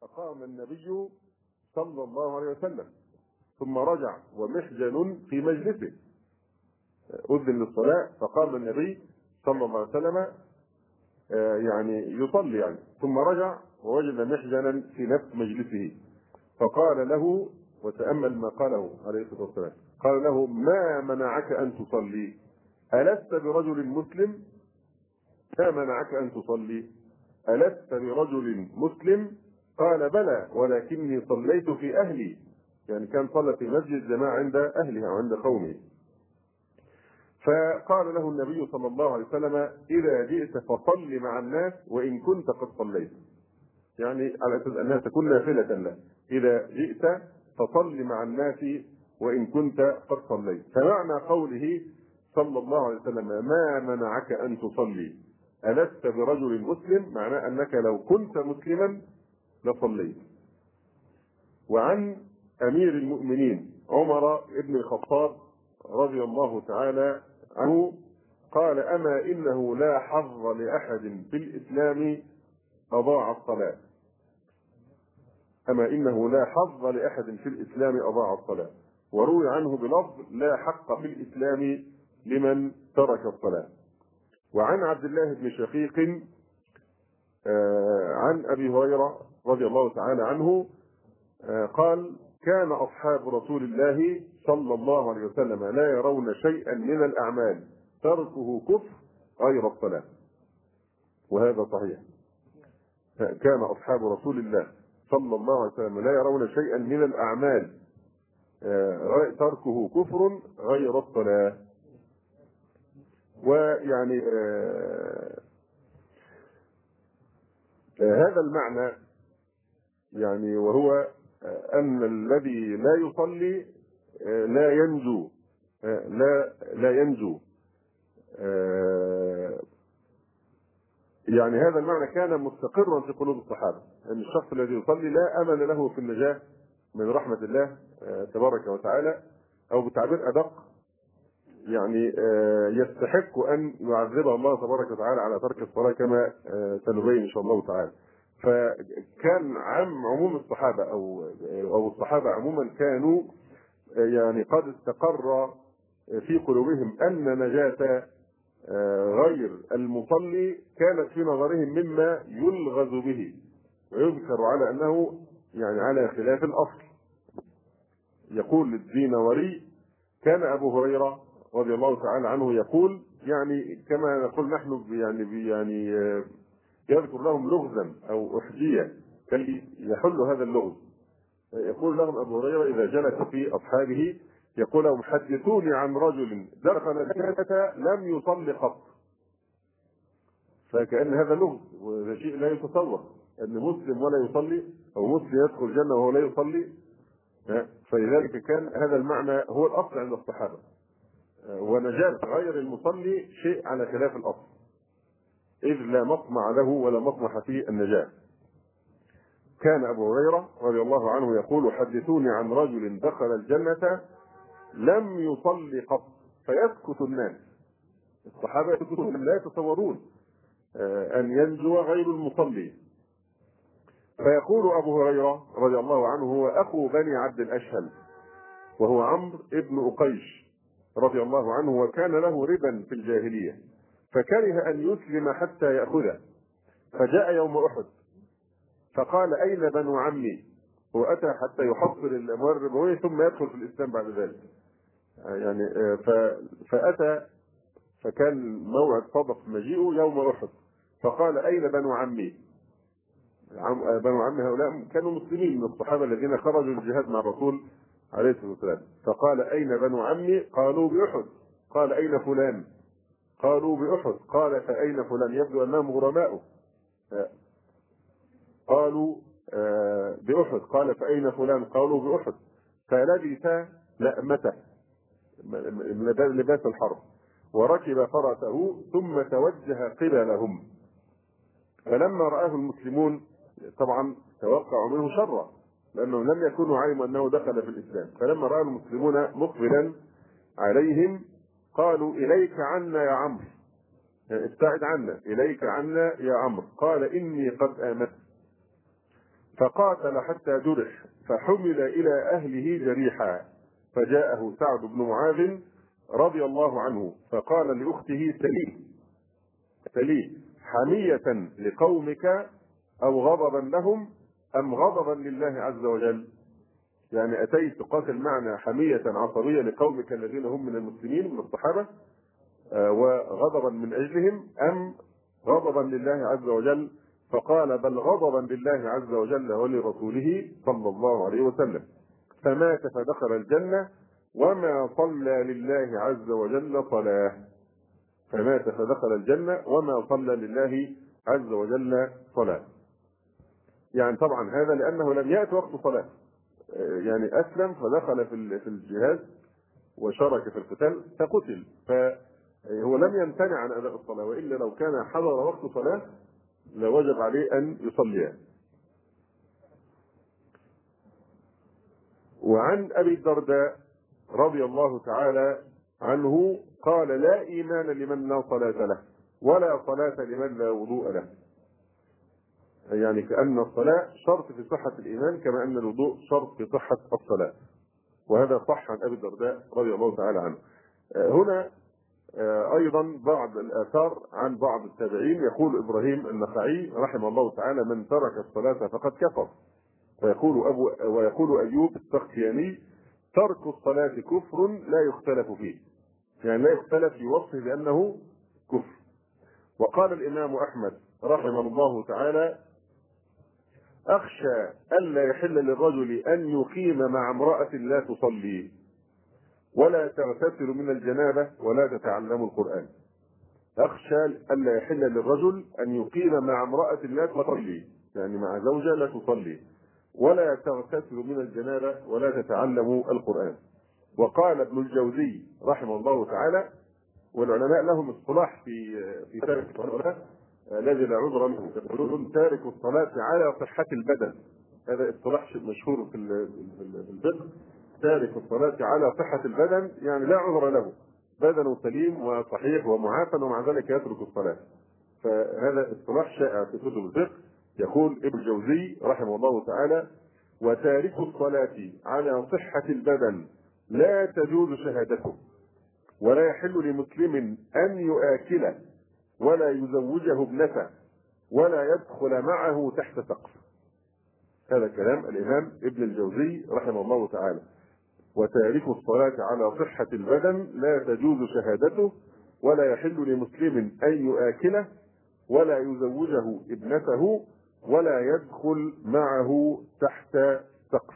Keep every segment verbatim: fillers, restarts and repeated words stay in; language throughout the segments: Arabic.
فقام النبي صلى الله عليه وسلم ثم رجع ومحجن في مجلسه، أذن للصلاة فقام النبي صلى الله عليه وسلم يعني يصلي يعني، ثم رجع ووجد محجنا في نفس مجلسه، فقال له، وتأمل ما قاله عليه الصلاة والسلام، قال له: ما منعك أن تصلي؟ ألست برجل مسلم؟ ما منعك أن تصلي؟ ألست برجل مسلم؟ قال: بلى، ولكني صليت في أهلي، يعني كان صلى في مسجد جماعة عند أهلها وعند قومه. فقال له النبي صلى الله عليه وسلم: إذا جئت فصل مع الناس وإن كنت قد صليت، يعني على أساس أنها تكون نافلة له، إذا جئت فصل مع الناس وإن كنت قد صليت. فمعنى قوله صلى الله عليه وسلم: ما منعك أن تصلي ألست برجل مسلم، معناه أنك لو كنت مسلما لصليت. وعن أمير المؤمنين عمر بن الخطاب رضي الله تعالى عنه قال: أما إنه لا حظ لأحد في الإسلام أضاع الصلاة. أما إنه لا حظ لأحد في الإسلام أضاع الصلاة. وروي عنه بلفظ: لا حق في الإسلام لمن ترك الصلاة. وعن عبد الله بن شقيق عن أبي هريرة رضي الله تعالى عنه قال: كان أصحاب رسول الله صلى الله عليه وسلم لا يرون شيئا من الأعمال تركه كفر غير الصلاة. وهذا صحيح، كان أصحاب رسول الله صلى الله عليه وسلم لا يرون شيئا من الأعمال تركه كفر غير الصلاة. ويعني آه آه هذا المعنى يعني، وهو آه أن الذي لا يصلي آه لا ينجو آه لا لا ينجو آه يعني هذا المعنى كان مستقرا في قلوب الصحابة، أن الشخص الذي يصلي لا أمل له في النجاة من رحمة الله آه تبارك وتعالى، أو بتعبير أدق يعني يستحق أن يعذبه الله تبارك وتعالى على ترك الصلاة، كما سنبين إن شاء الله تعالى. فكان عام عموم الصحابة أو أو الصحابة عموما كانوا يعني قد استقر في قلوبهم أن نجاة غير المصلي كانت في نظرهم مما يلغز به، ويذكر على أنه يعني على خلاف الأصل. يقول الدينوري: كان أبو هريرة رضي الله تعالى عنه يقول، يعني كما نقول نحن يعني يعني يذكر لهم لغزا أو أحجية كي يحل هذا اللغز. يقول لهم أبو هريرة إذا جلس في أصحابه يقول لهم: حدثوني عن رجل دخل الجنة لم يصلي قط. فكأن هذا لغز، وهذا شيء لا يتصور أن مسلم ولا يصلي، أو مسلم يدخل الجنة وهو لا يصلي. فلذلك كان هذا المعنى هو الأصل عند الصحابة، ونجاة غير المصلي شيء على خلاف الأصل، إذ لا مطمع له ولا مطمح في النجاة. كان أبو هريرة رضي الله عنه يقول: حدثوني عن رجل دخل الجنة لم يصلي قط. فيسكت الناس، الصحابة يسكتون، لا يتصورون أن ينجو غير المصلي. فيقول أبو هريرة رضي الله عنه: هو أخو بني عبد الأشهل، وهو عمرو ابن أقيش رضي الله عنه، وكان له ربا في الجاهلية، فكره أن يسلم حتى يأخذه، فجاء يوم أحد فقال: أين بنو عمي؟ وأتى حتى يحصل الأموال الربوية ثم يدخل في الإسلام بعد ذلك. يعني فأتى، فكان موعد صدق مجيئه يوم أحد، فقال: أين بنو عمي؟ بنو عمي هؤلاء كانوا مسلمين من الصحابة الذين خرجوا للجهاد مع الرسول عليه الصلاة والسلام. فقال: أين بنو عمي؟ قالوا: بأحد. قال: أين فلان؟ قالوا: بأحد. قال: فأين فلان؟ يبدو أنهم غرماؤه. قالوا: بأحد. قال: فأين فلان؟ قالوا: بأحد. فلبس لأمته، لباس الحرب، وركب فرسه ثم توجه قبلهم. فلما رآه المسلمون طبعا توقعوا منه شرا، لأنهم لم يكونوا علموا أنه دخل في الإسلام. فلما رأى المسلمون مقبلا عليهم قالوا: إليك عنا يا عمرو، ابتعد عنا، إليك عنا يا عمرو. قال: إني قد آمنت. فقاتل حتى جرح فحمل إلى أهله جريحا، فجاءه سعد بن معاذ رضي الله عنه فقال لأخته: سليه سليه حمية لقومك أو غضبا لهم أم غضبا لله عز وجل؟ يعني أتيت تقاتل معنا حمية عصبية لقومك الذين هم من المسلمين من الصحابة وغضبا من أجلهم أم غضبا لله عز وجل؟ فقال: بل غضبا لله عز وجل ولرسوله صلى الله عليه وسلم. فمات فدخل الجنة وما صلى لله عز وجل صلاة. فمات فدخل الجنة وما صلى لله عز وجل صلاة. يعني طبعا هذا لأنه لم يأت وقت صلاة، يعني أسلم فدخل في الجهاد وشارك في القتال فقتل، فهو لم يمتنع عن أداء الصلاة، وإلا لو كان حضر وقت صلاة لوجب عليه أن يصليها. وعن أبي الدرداء رضي الله تعالى عنه قال: لا إيمان لمن لا صلاة له ولا صلاة لمن لا وضوء له. يعني كأن الصلاة شرط في صحة الإيمان كما أن الوضوء شرط في صحة الصلاة، وهذا صح عن أبي الدرداء رضي الله تعالى عنه. هنا أيضا بعض الآثار عن بعض التابعين، يقول إبراهيم النخعي رحمه الله تعالى: من ترك الصلاة فقد كفر. ويقول أبو ويقول أيوب السختياني: ترك الصلاة كفر لا يختلف فيه، يعني لا يختلف في وصفه بأنه كفر. وقال الإمام أحمد رحمه الله تعالى: أخشى ألا يحل للرجل أن يقيم مع امرأة لا تصلي ولا تغتسل من الجنابة ولا تتعلم القرآن. أخشى ألا يحل للرجل أن يقيم مع امرأة لا تصلي، يعني مع زوجة لا تصلي، ولا تغتسل من الجنابة ولا تتعلم القرآن. وقال ابن الجوزي رحمه الله تعالى، والعلماء لهم اصطلاح في في تارك الصلاة الذي لا عذر له، يقولون تارك الصلاة على صحة البدن. هذا اصطلاح مشهور في الفقه، تارك الصلاة على صحة البدن، يعني لا عذر له، بدنه سليم وصحيح ومعافى ومع ذلك يترك الصلاة. فهذا اصطلاح شائع في كتب الفقه. يقول ابن الجوزي رحمه الله تعالى: وتارك الصلاة على صحة البدن لا تجوز شهادته، ولا يحل لمسلم أن يؤكله ولا يزوجه ابنته ولا يدخل معه تحت سقف. هذا كلام الإمام ابن الجوزي رحمه الله تعالى: وتارك الصلاة على صحة البدن لا تجوز شهادته ولا يحل لمسلم أن يؤكله ولا يزوجه ابنته ولا يدخل معه تحت سقف.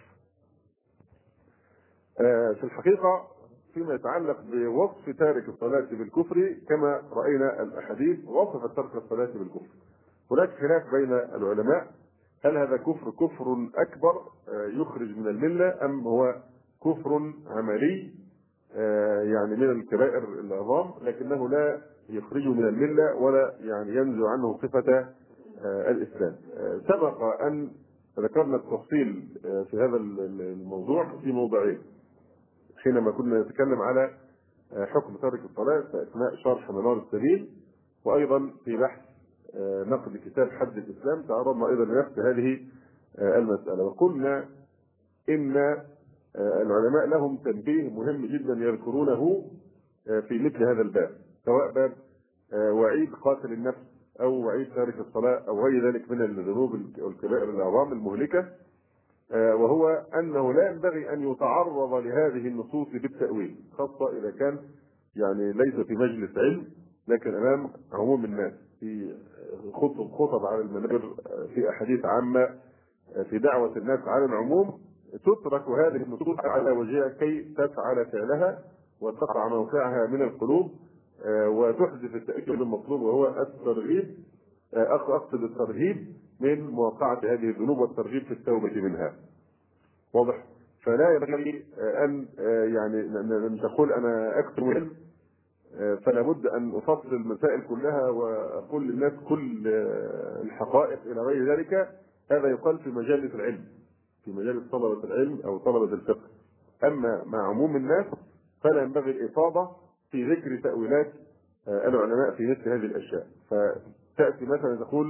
آه في الحقيقة فيما يتعلق بوصف تارك الصلاة بالكفر، كما رأينا الأحاديث وصفت ترك الصلاة بالكفر. هناك خلاف بين العلماء: هل هذا كفر كفر أكبر يخرج من الملة، أم هو كفر عملي يعني من الكبائر العظام لكنه لا يخرجه من الملة ولا يعني ينزع عنه صفة الإسلام؟ سبق أن ذكرنا التفصيل في هذا الموضوع في موضعين، حينما كنا نتكلم على حكم ترك الصلاة في أثناء شرح منار السبيل، وأيضا في بحث نقد كتاب حد الإسلام تعرضنا أيضا لنفس هذه المسألة. وقلنا إن العلماء لهم تنبيه مهم جدا يذكرونه في مثل هذا الباب، سواء باب وعيد قاتل النفس أو وعيد تارك الصلاة أو غير ذلك من الذنوب والكبائر الأعظام المهلكة، وهو أنه لا ينبغي أن يتعرض لهذه النصوص بالتأويل، خاصة إذا كان يعني ليس في مجلس علم لكن أمام عموم الناس، في خطب خطب على المنابر، في أحاديث عامة، في دعوة الناس على العموم، تترك هذه النصوص على وجهها كي تفعل فعلها وتقع موقعها من القلوب وتحدث التأكيد المطلوب، وهو الترغيب، أقصد الترهيب من مواقعة هذه الذنوب والترغيب في التوبة منها. واضح؟ فلا ينبغي أن يعني أن تقول أنا أكثر علم فلا بد أن أفصل المسائل كلها وأقول للناس كل الحقائق إلى غير ذلك. هذا يقال في مجالس العلم، في مجالس طلبة العلم أو طلبة الفقه. أما مع عموم الناس فلا ينبغي الإفاضة في ذكر تأويلات العلماء في مثل هذه الأشياء. فتأتي مثلا تقول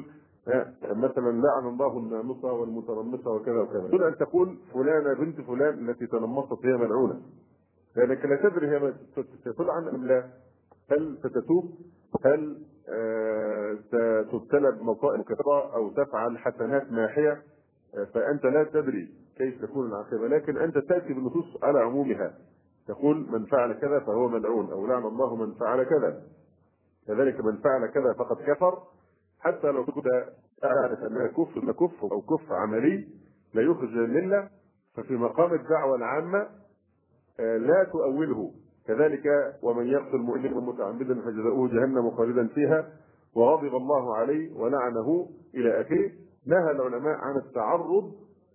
مثلا لعن الله النامصة والمتنمصة وكذا وكذا، دون أن تقول فلانة بنت فلان التي تنمصت هي ملعونة، لأنك لا تدري هي ستلعن أم لا، هل ستتوب، هل آه ستبتلى بمصائب كثيرة أو تفعل حسنات ماحية، آه فأنت لا تدري كيف تكون العاقبة، لكن أنت تأتي بالنصوص على عمومها، تقول من فعل كذا فهو ملعون، أو لعن الله من فعل كذا، كذلك من فعل كذا فقد كفر، حتى لو كنت تعرف أنها كفر كفر أو كفر عملي لا يخرج من الملة، ففي مقام الدعوة العامة لا تؤوله. كذلك ومن يقتل مؤمنا متعمدا فجزاؤه جهنم خالدا فيها وغضب الله عليه ولعنه الى اخره. نهى العلماء عن التعرض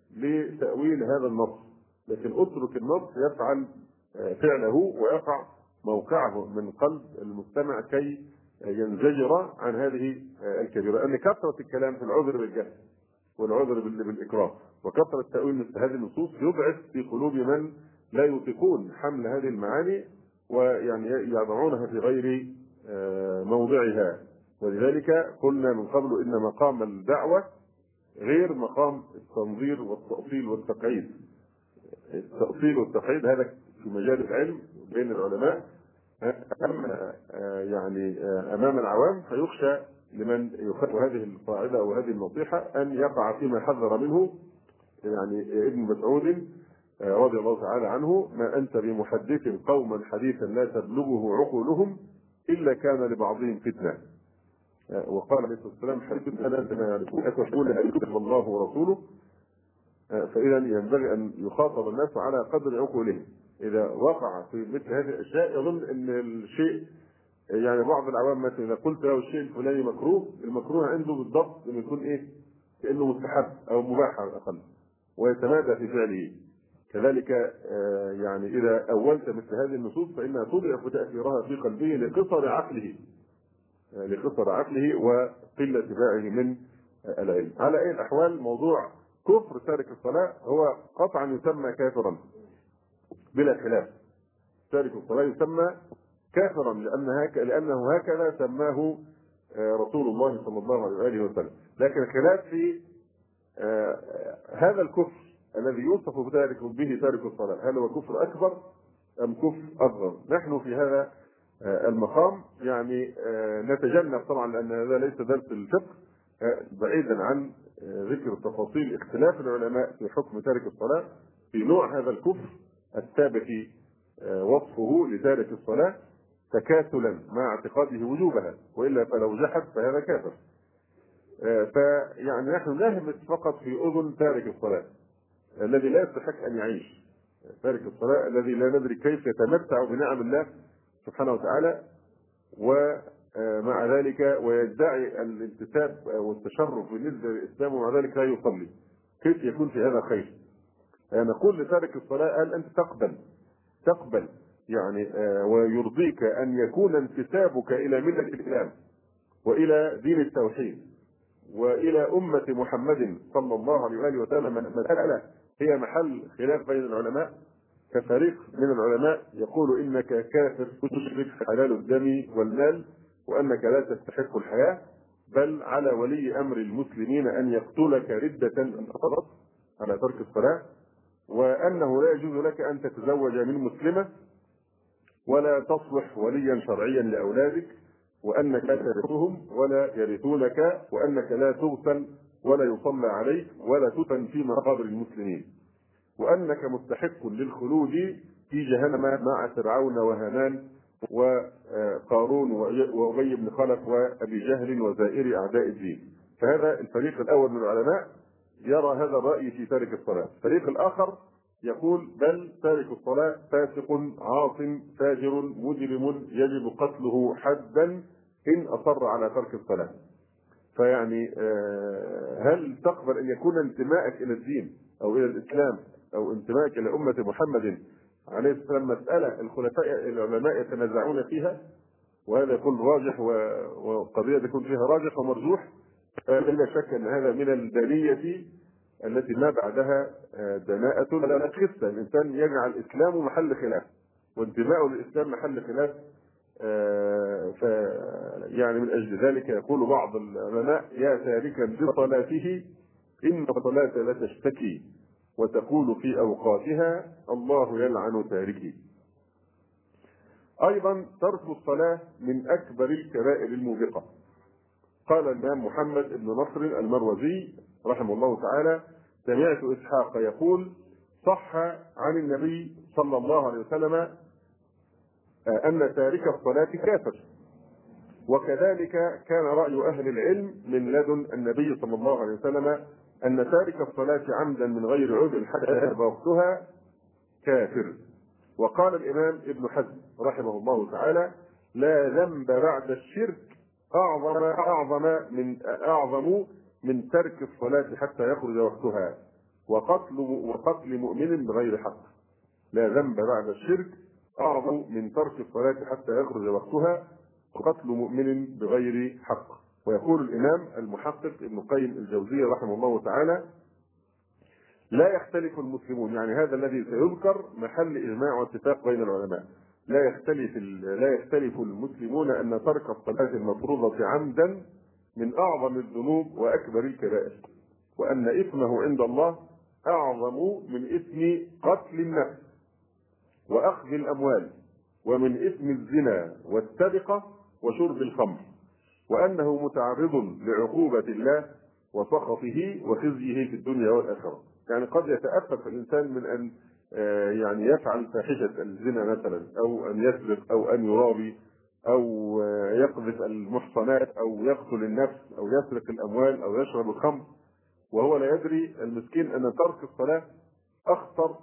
لتأويل هذا النص، لكن اترك النص يفعل فعله ويقع موقعه من قلب المستمع كي ينزجر عن هذه الكبيرة. لأن كثرة الكلام في العذر بالجهل والعذر بالإكراه وكثرة تأويل مثل هذه النصوص يبعث في قلوب من لا يطيقون حمل هذه المعاني ويعني يضعونها في غير موضعها. ولذلك قلنا من قبل ان مقام الدعوه غير مقام التنظير والتأصيل والتقعيد. التأصيل والتقعيد هذا في مجال العلم بين العلماء، اما يعني امام العوام فيخشى لمن يخالف هذه القاعده او هذه النصيحه ان يقع فيما حذر منه يعني ابن مسعود رضي الله تعالى عنه: ما أنت بمحدث قوما حديثا لا تبلغه عقولهم إلا كان لبعضهم فتنة. وقال عليه الصلاة والسلام: حديث أنا ما يعرفون أتقول أن يكتب الله ورسوله. فإذا ينبغي أن يخاطب الناس على قدر عقولهم. إذا وقع في مثل هذه الأشياء يظن أن الشيء يعني بعض العوام مثلا إذا قلت له الشيء الفلاني مكروه، المكروه عنده بالضبط أن يكون إيه؟ كأنه مستحب أو مباح على الأقل، ويتمادى في فعله. كذلك يعني إذا أولت مثل هذه النصوص فإنها تضعف تأثيرها في قلبه لقصر عقله لقصر عقله وقلة باعه من العلم. على أي الأحوال موضوع كفر تارك الصلاة هو قطعا يسمى كافرا بلا خلاف. تارك الصلاة يسمى كافرا لأن هك... لأنه هكذا سماه رسول الله صلى الله عليه وآله وسلم. لكن الخلاف في هذا الكفر الذي يوصف بذلك به تارك الصلاة، هل هو كفر أكبر أم كفر أصغر؟ نحن في هذا المقام يعني نتجنب طبعا لأن هذا ليس درس الفقه، بعيدا عن ذكر تفاصيل اختلاف العلماء في حكم تارك الصلاة في نوع هذا الكفر الثابت وصفه لتارك الصلاة تكاسلا مع اعتقاده وجوبها، وإلا فلو جحد فهذا كافر. فيعني نحن نهمس فقط في أذن تارك الصلاة الذي لا يستحق أن يعيش، تارك الصلاة الذي لا ندري كيف يتمتع بنعم الله سبحانه وتعالى ومع ذلك ويدعي الانتساب والتشرف بالنسبة للإسلام ومع ذلك لا يصلي. كيف يكون في هذا خير؟ يعني نقول لتارك الصلاة هل أنت تقبل تقبل يعني ويرضيك أن يكون انتسابك إلى ملة الإسلام وإلى دين التوحيد وإلى أمة محمد صلى الله عليه وآله وسلم مسألة هي محل خلاف بين العلماء؟ كفريق من العلماء يقول إنك كافر تشرك حلال الدم والمال وأنك لا تستحق الحياة، بل على ولي أمر المسلمين أن يقتلك ردة فقط على ترك الصلاة، وأنه لا يجوز لك أن تتزوج من مسلمة ولا تصلح وليا شرعيا لأولادك، وأنك لا ترثهم ولا يرثونك، وأنك لا تغسل ولا يصلى عليك ولا تدفن في مقابر المسلمين، وأنك مستحق للخلود في جهنم مع فرعون وهامان وقارون وأبي بن خلف وأبي جهل وزائر أعداء الدين. فهذا الفريق الأول من العلماء يرى هذا الرأي في تارك الصلاة. الفريق الآخر يقول بل تارك الصلاة فاسق عاص فاجر مجرم يجب قتله حدا إن أصر على ترك الصلاة. فيعني هل تقبل أن يكون انتمائك إلى الدين أو إلى الإسلام أو انتمائك إلى أمة محمد عليه السلام مسألة الخلفاء العلماء يتنازعون فيها وهذا يكون راجح وقضية يكون فيها راجح ومرجوح؟ فلا شك أن هذا من الدنية التي ما بعدها دناءة ولا خسة. الإنسان يجعل الإسلام محل خلاف وانتماءه للإسلام محل خلاف ف يعني من اجل ذلك يقول بعض العلماء: يا تاركا بصلاته ان الصلاه لا تشتكي وتقول في اوقاتها الله يلعن تاركي. ايضا ترك الصلاه من اكبر الكبائر الموبقه. قال الامام محمد بن نصر المروزي رحمه الله تعالى: سمعت اسحاق يقول: صح عن النبي صلى الله عليه وسلم ان تارك الصلاه كافر. وكذلك كان راي اهل العلم من لدن النبي صلى الله عليه وسلم ان تارك الصلاه عمدا من غير عذر حتى يذهب وقتها كافر. وقال الامام ابن حزم رحمه الله تعالى: لا ذنب بعد الشرك اعظم اعظم من اعظم من ترك الصلاه حتى يخرج وقتها وقتل وقتل مؤمن بغير حق. لا ذنب بعد الشرك اعظم من ترك الصلاه حتى يخرج وقتها وقتل مؤمن بغير حق. ويقول الامام المحقق ابن قيم الجوزية رحمه الله تعالى: لا يختلف المسلمون، يعني هذا الذي سيذكر محل اجماع واتفاق بين العلماء، لا يختلف لا يختلف المسلمون ان ترك الصلاه المفروضه عمدا من اعظم الذنوب واكبر الكبائر، وان اثمه عند الله اعظم من اثم قتل النفس واخذ الاموال ومن اثم الزنا والسرقه وشرب الخمر، وانه متعرض لعقوبه الله وسخطه وخزيه في الدنيا والاخره. يعني قد يتأفف الإنسان من أن يعني يفعل فاحشة الزنا مثلا، أو أن يسرق أو أن يرابي أو يقذف المحصنات أو يقتل النفس أو يسرق الأموال أو يشرب الخمر، وهو لا يدري المسكين أن ترك الصلاة أخطر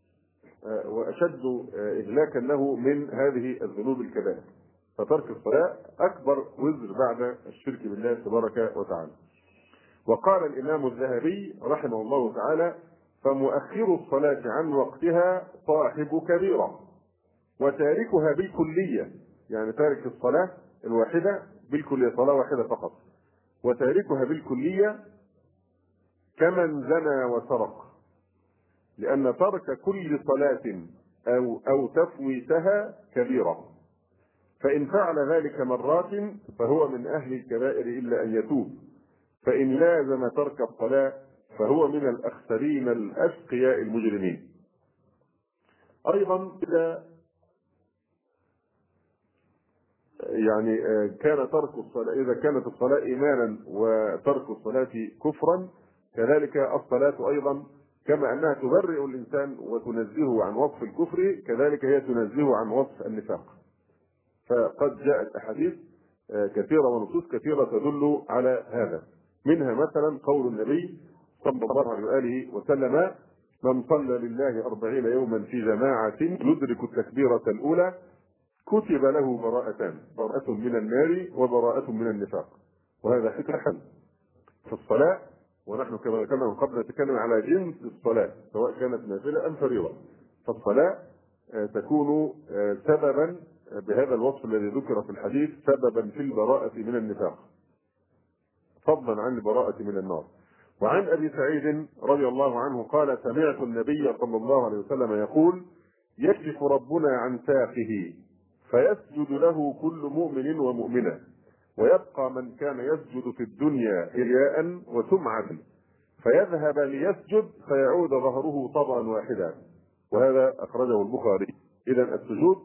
وأشد إهلاكا له من هذه الذنوب الكبائر. فترك الصلاة أكبر وزر بعد الشرك بالله تبارك وتعالى. وقال الإمام الذهبي رحمه الله تعالى: فمؤخر الصلاة عن وقتها صاحب كبيرة، وتاركها بالكلية، يعني تارك الصلاة الواحدة بالكلية، صلاة واحدة فقط، وتاركها بالكلية كمن زنى وسرق، لأن ترك كل صلاة أو أو تفويتها كبيرة، فإن فعل ذلك مرات فهو من أهل الكبائر إلا أن يتوب، فإن لازم ترك الصلاة فهو من الأخسرين الأشقياء المجرمين. أيضا إذا يعني كان ترك الصلاة إذا كانت الصلاة إيمانا وترك الصلاة كفرا، كذلك الصلاة أيضا كما أنها تبرئ الإنسان وتنزهه عن وصف الكفر، كذلك هي تنزهه عن وصف النفاق. فقد جاءت أحاديث كثيرة ونصوص كثيرة تدل على هذا، منها مثلا قول النبي صلى الله عليه وآله وسلم: من صلى لله أربعين يوما في جماعة يدرك التكبيرة الأولى كتب له براءتان، براءة من النار وبراءة من النفاق. وهذا حكم حل في الصلاة، ونحن كما ذكرنا من قبل نتكلم على جنس الصلاة سواء كانت نافلة أم فريضة. فالصلاة تكون سببا بهذا الوصف الذي ذكر في الحديث، سببا في البراءة من النفاق فضلا عن البراءة من النار. وعن أبي سعيد رضي الله عنه قال: سمعت النبي صلى الله عليه وسلم يقول: يكشف ربنا عن ساقه فيسجد له كل مؤمن ومؤمنة، ويبقى من كان يسجد في الدنيا رياء وسمعة فيذهب ليسجد فيعود ظهره طبعا واحدا. وهذا أخرجه البخاري. إذن السجود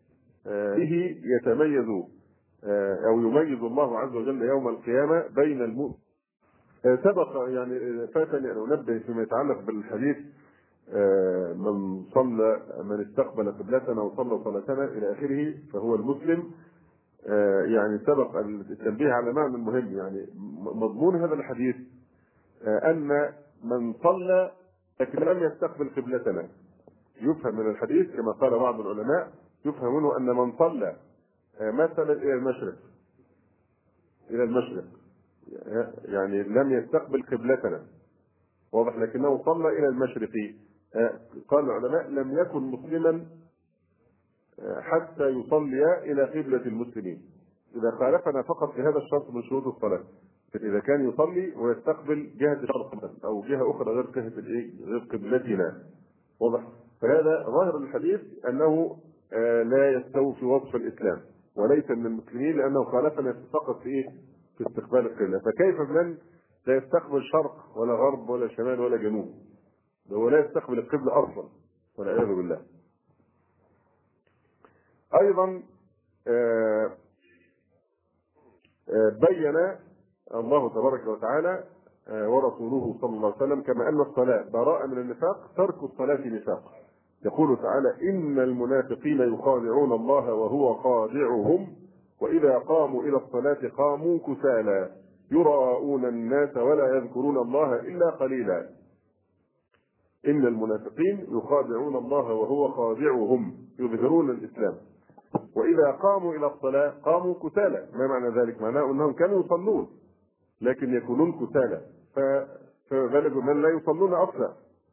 به يتميز أو يميز الله عز وجل يوم القيامة بين المؤمن. سبق يعني فاتني أن أنبه فيما يتعلق بالحديث: من صلى من استقبل قبلتنا وصلى صلاتنا إلى آخره فهو المسلم. يعني سبق التنبيه على معنى مهم. يعني مضمون هذا الحديث أن من صلى لكن لم يستقبل قبلتنا، يفهم من الحديث كما قال بعض العلماء، يفهم منه أن من صلى مثلا إلى المشرق إلى المشرق يعني لم يستقبل قبلتنا، واضح، لكنه صلى إلى المشرق. قال العلماء: لم يكن مسلما حتى يصلي إلى قبلة المسلمين. إذا خالفنا فقط في هذا الشرط من شروط الصلاة، إذا كان يصلي ويستقبل جهة الشرق أو جهة أخرى غير جهة غير قبلتنا، واضح. فهذا ظاهر الحديث أنه لا يستوي في وصف الإسلام، وليس من المسلمين، لأنه خالفنا فقط في إيه؟ في استقبال القبلة. فكيف بمن لا يستقبل شرق ولا غرب ولا شمال ولا جنوب؟ هو لا يستقبل القبلة أصلا والعياذ بالله. أيضا آه آه بين الله تبارك وتعالى آه ورسوله صلى الله عليه وسلم كما أن الصلاة براءة من النفاق، ترك الصلاة نفاق. يقول تعالى: إن المنافقين يخادعون الله وهو خادعهم وإذا قاموا إلى الصلاة قاموا كسالى يراءون الناس ولا يذكرون الله إلا قليلا. إن المنافقين يخادعون الله وهو خادعهم، يظهرون الإسلام، وإذا قاموا إلى الصلاة قاموا كسالى. ما معنى ذلك؟ معناه أنهم كانوا يصلون لكن يكونون كسالى، فبالغ من لا يصلون أصلا.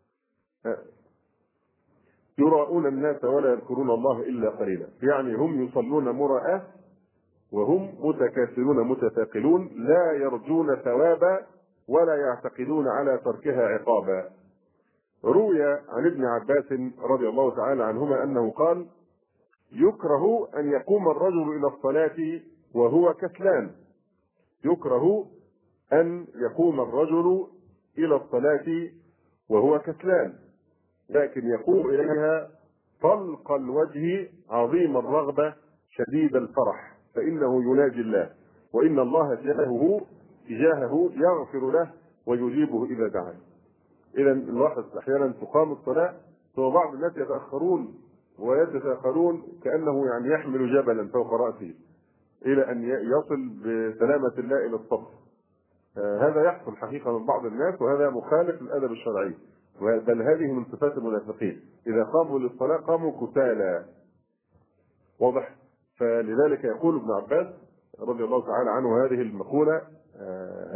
يراءون الناس ولا يذكرون الله إلا قليلا، يعني هم يصلون مراءة وهم متكاسلون متثاقلون، لا يرجون ثوابا ولا يعتقدون على تركها عقابا. روي عن ابن عباس رضي الله تعالى عنهما أنه قال: يكره أن يقوم الرجل إلى الصلاة وهو كسلان. يكره أن يقوم الرجل إلى الصلاة وهو كسلان، لكن يقوم إليها طلق الوجه عظيم الرغبة شديد الفرح، فإنه يناجي الله، وإن الله تجاهه تجاهه يغفر له ويجيبه إذا دعاه. إذا الواحد أحيانا تقام الصلاة ثم بعض الناس يتأخرون ويتساخرون كأنه يعني يحمل جبلا فوق رأسه إلى أن يصل بسلامة الله إلى الصف. آه هذا يحصل حقيقة من بعض الناس، وهذا مخالف للأدب الشرعي، بل هذه من صفات المنافقين. إذا قاموا للصلاة قاموا كسالى. واضح؟ فلذلك يقول ابن عباس رضي الله تعالى عنه هذه المقولة آه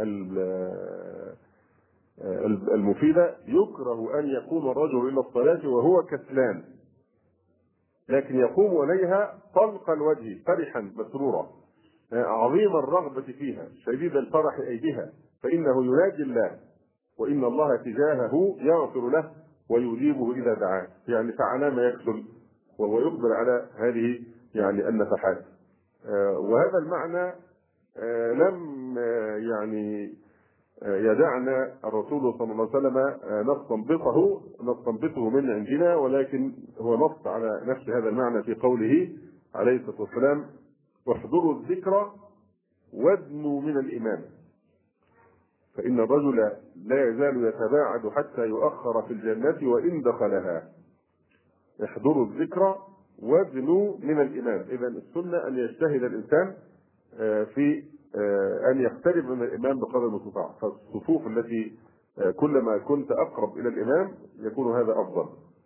المفيدة: يكره أن يقوم الرجل إلى الصلاة وهو كسلان، لكن يقوم إليها طلق الوجه فرحا مسرورا عظيم الرغبة فيها شديد الفرح أيديها، فإنه يناجي الله، وإن الله تجاهه يغفر له ويجيبه إذا دعاه. يعني فعلى ما يكسل وهو يقبل على هذه يعني النفحات. وهذا المعنى لم يعني يدعنا الرسول صلى الله عليه وسلم نستنبطه نستنبطه من عندنا، ولكن هو نص على نفس هذا المعنى في قوله عليه الصلاة والسلام: واحضروا الذكر وادنوا من الإمام، فإن الرجل لا يزال يتباعد حتى يؤخر في الجنة وإن دخلها. احضروا الذكر وادنوا من الإمام. إذا السنة أن يجتهد الإنسان في أن يقترب من الإمام بقدر المستطاع، فالصفوف التي كلما كنت أقرب إلى الإمام يكون هذا أفضل.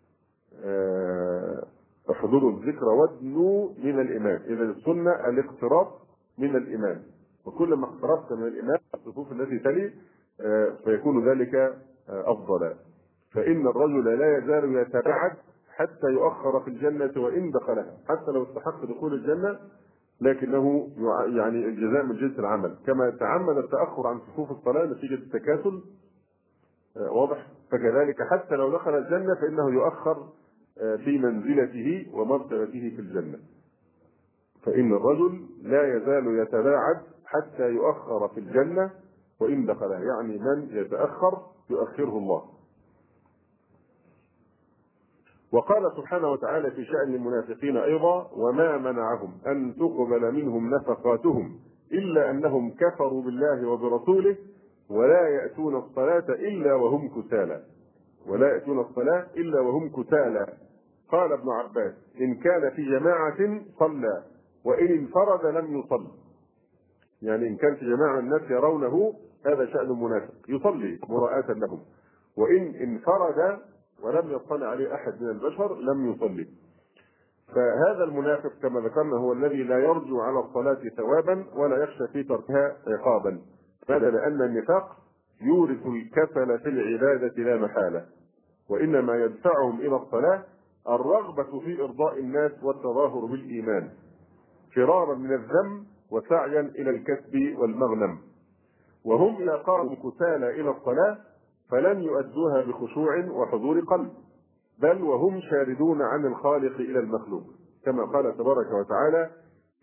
احضروا الذكر وادنوا من الإمام. إذا السنة الاقتراب من الإمام، وكلما اقتربت من الإمام الصفوف التي تلي فيكون ذلك أفضل. فإن الرجل لا يزال يتباعد حتى يؤخر في الجنة وإن دخلها، حتى لو استحق دخول الجنة لكنه يعني الجزاء من جنس العمل، كما تعمد التأخر عن صفوف الصلاة نتيجة التكاسل. واضح؟ فكذلك حتى لو دخل الجنة فإنه يؤخر في منزلته ومرتبته في الجنة. فإن الرجل لا يزال يتباعد حتى يؤخر في الجنة وإن دخلها، يعني من يتأخر يؤخره الله. وقال سبحانه وتعالى في شأن المنافقين أيضا: وما منعهم أن تقبل منهم نفقاتهم إلا أنهم كفروا بالله وبرسوله ولا يأتون الصلاة إلا وهم كسالى. ولا يأتون الصلاة إلا وهم كسالى. قال ابن عباس: إن كان في جماعة صلى وإن انفرد لم يصل. يعني إن كان في جماعة الناس يرونه هذا شأن المنافق يصلي مراءة لهم، وإن انفرد ولم يطلع عليه أحد من البشر لم يصلي. فهذا المنافق كما ذكرنا هو الذي لا يرجو على الصلاة ثوابا ولا يخشى في تركها عقابا. هذا لأن النفاق يورث الكسل في العبادة لا محالة، وإنما يدفعهم إلى الصلاة الرغبة في إرضاء الناس والتظاهر بالإيمان، فرارا من الذم وسعيا إلى الكسب والمغنم. وهم إذا قاموا كسالى إلى الصلاة فلن يؤدوها بخشوع وحضور قلب، بل وهم شاردون عن الخالق إلى المخلوق، كما قال تبارك وتعالى: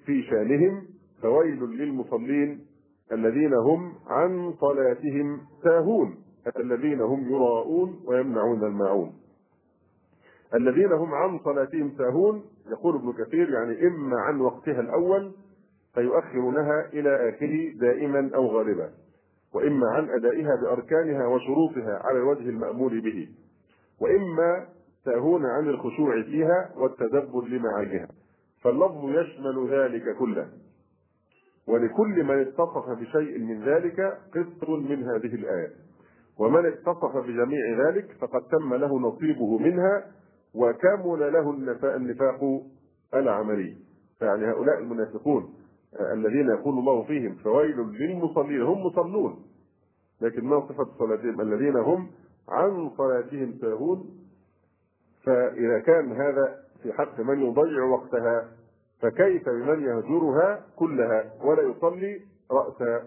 في شانهم فويل للمصلين الذين هم عن صلاتهم ساهون الذين هم يراءون ويمنعون الماعون. الذين هم عن صلاتهم ساهون يقول ابن كثير يعني إما عن وقتها الأول فيؤخرونها إلى آخره دائما أو غالبا، وإما عن أدائها بأركانها وشروطها على الوجه المأمور به، وإما ساهون عن الخشوع فيها والتدبر لمعانيها. فاللفظ يشمل ذلك كله، ولكل من اتصف بشيء من ذلك قسط من هذه الآية، ومن اتصف بجميع ذلك فقد تم له نصيبه منها وكمل له النفاق العملي. يعني هؤلاء المنافقون الذين يقول الله فيهم فويل للمصلين، هم مصلون لكن ما صفة صلاتهم؟ الذين هم عن صلاتهم ساهون. فإذا كان هذا في حق من يضيع وقتها فكيف بمن يهجرها كلها ولا يصلي رأسا؟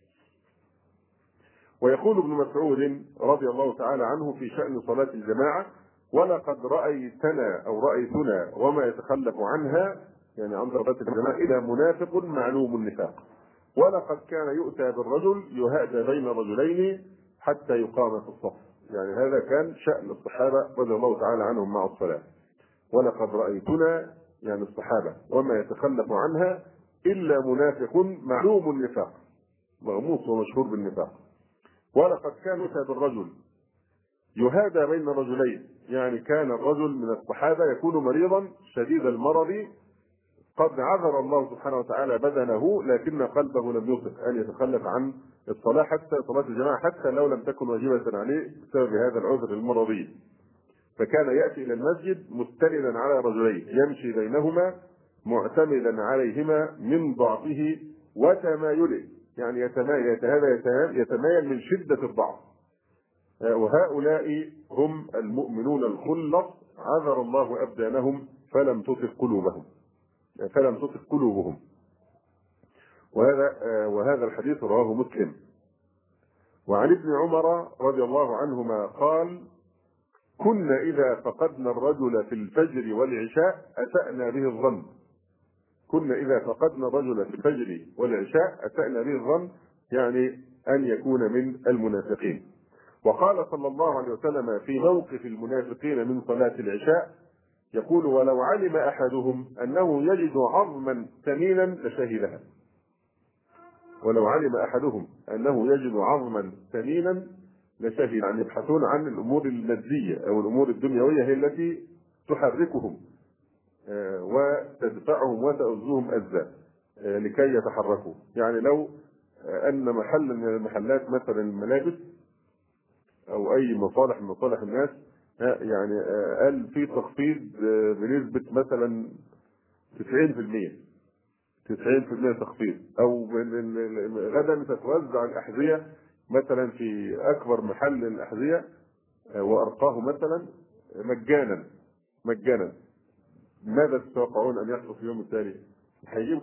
ويقول ابن مسعود رضي الله تعالى عنه في شأن صلاة الجماعة: ولقد رأيتنا أو رأيتنا وما يتخلف عنها، يعني عن صلاة الجماعة، إلى منافق معلوم النفاق. ولقد كان يؤتى بالرجل يهادى بين رجلين حتى يقام في الصف. يعني هذا كان شأن الصحابة رضي الله تعالى عنهم مع الصلاة. ولقد رأيتنا يعني الصحابة وما يتخلف عنها إلا منافق معلوم النفاق، مغموس ومشهور بالنفاق. ولقد كان يؤتى بالرجل يهادى بين رجلين، يعني كان الرجل من الصحابة يكون مريضا شديد المرض قد عذر الله سبحانه وتعالى بدنه لكن قلبه لم يطق أن يتخلف عن الصلاة حتى صلاة الجماعة حتى لو لم تكن واجبة عليه بسبب هذا العذر المرضي. فكان يأتي إلى المسجد مستندا على رجلين يمشي بينهما معتمدا عليهما من ضعفه وتمايله، يعني يتمايل هذا يتمايل من شدة الضعف. وهؤلاء هم المؤمنون الخلص عذر الله أبدانهم فلم تطق قلوبهم فلم تطق قلوبهم. وهذا وهذا الحديث رواه مسلم. وعن ابن عمر رضي الله عنهما قال: كنا إذا فقدنا الرجل في الفجر والعشاء أسأنا به الظن. كنا إذا فقدنا الرجل في الفجر والعشاء أسأنا به الظن، يعني أن يكون من المنافقين. وقال صلى الله عليه وسلم في موقف المنافقين من صلاة العشاء يقول: ولو علم أحدهم أنه يجد عظما ثمينا لشهدها. ولو علم أحدهم أنه يجد عظما ثمينا لشهد. يعني يبحثون عن الأمور المادية أو الأمور الدنيوية هي التي تحركهم وتدفعهم وتؤذهم أذى لكي يتحركوا. يعني لو أن محل من المحلات مثلا الملابس أو أي مصالح من مصالح الناس يعني قال في تخفيض بنسبة مثلا تسعين في المية تسعين في المية تخفيض، أو غدا تتوزع الأحذية مثلا في أكبر محل الأحذية وأرقاه مثلا مجانا مجانا، ماذا تتوقعون أن يحصل في اليوم التالي؟ هيجيب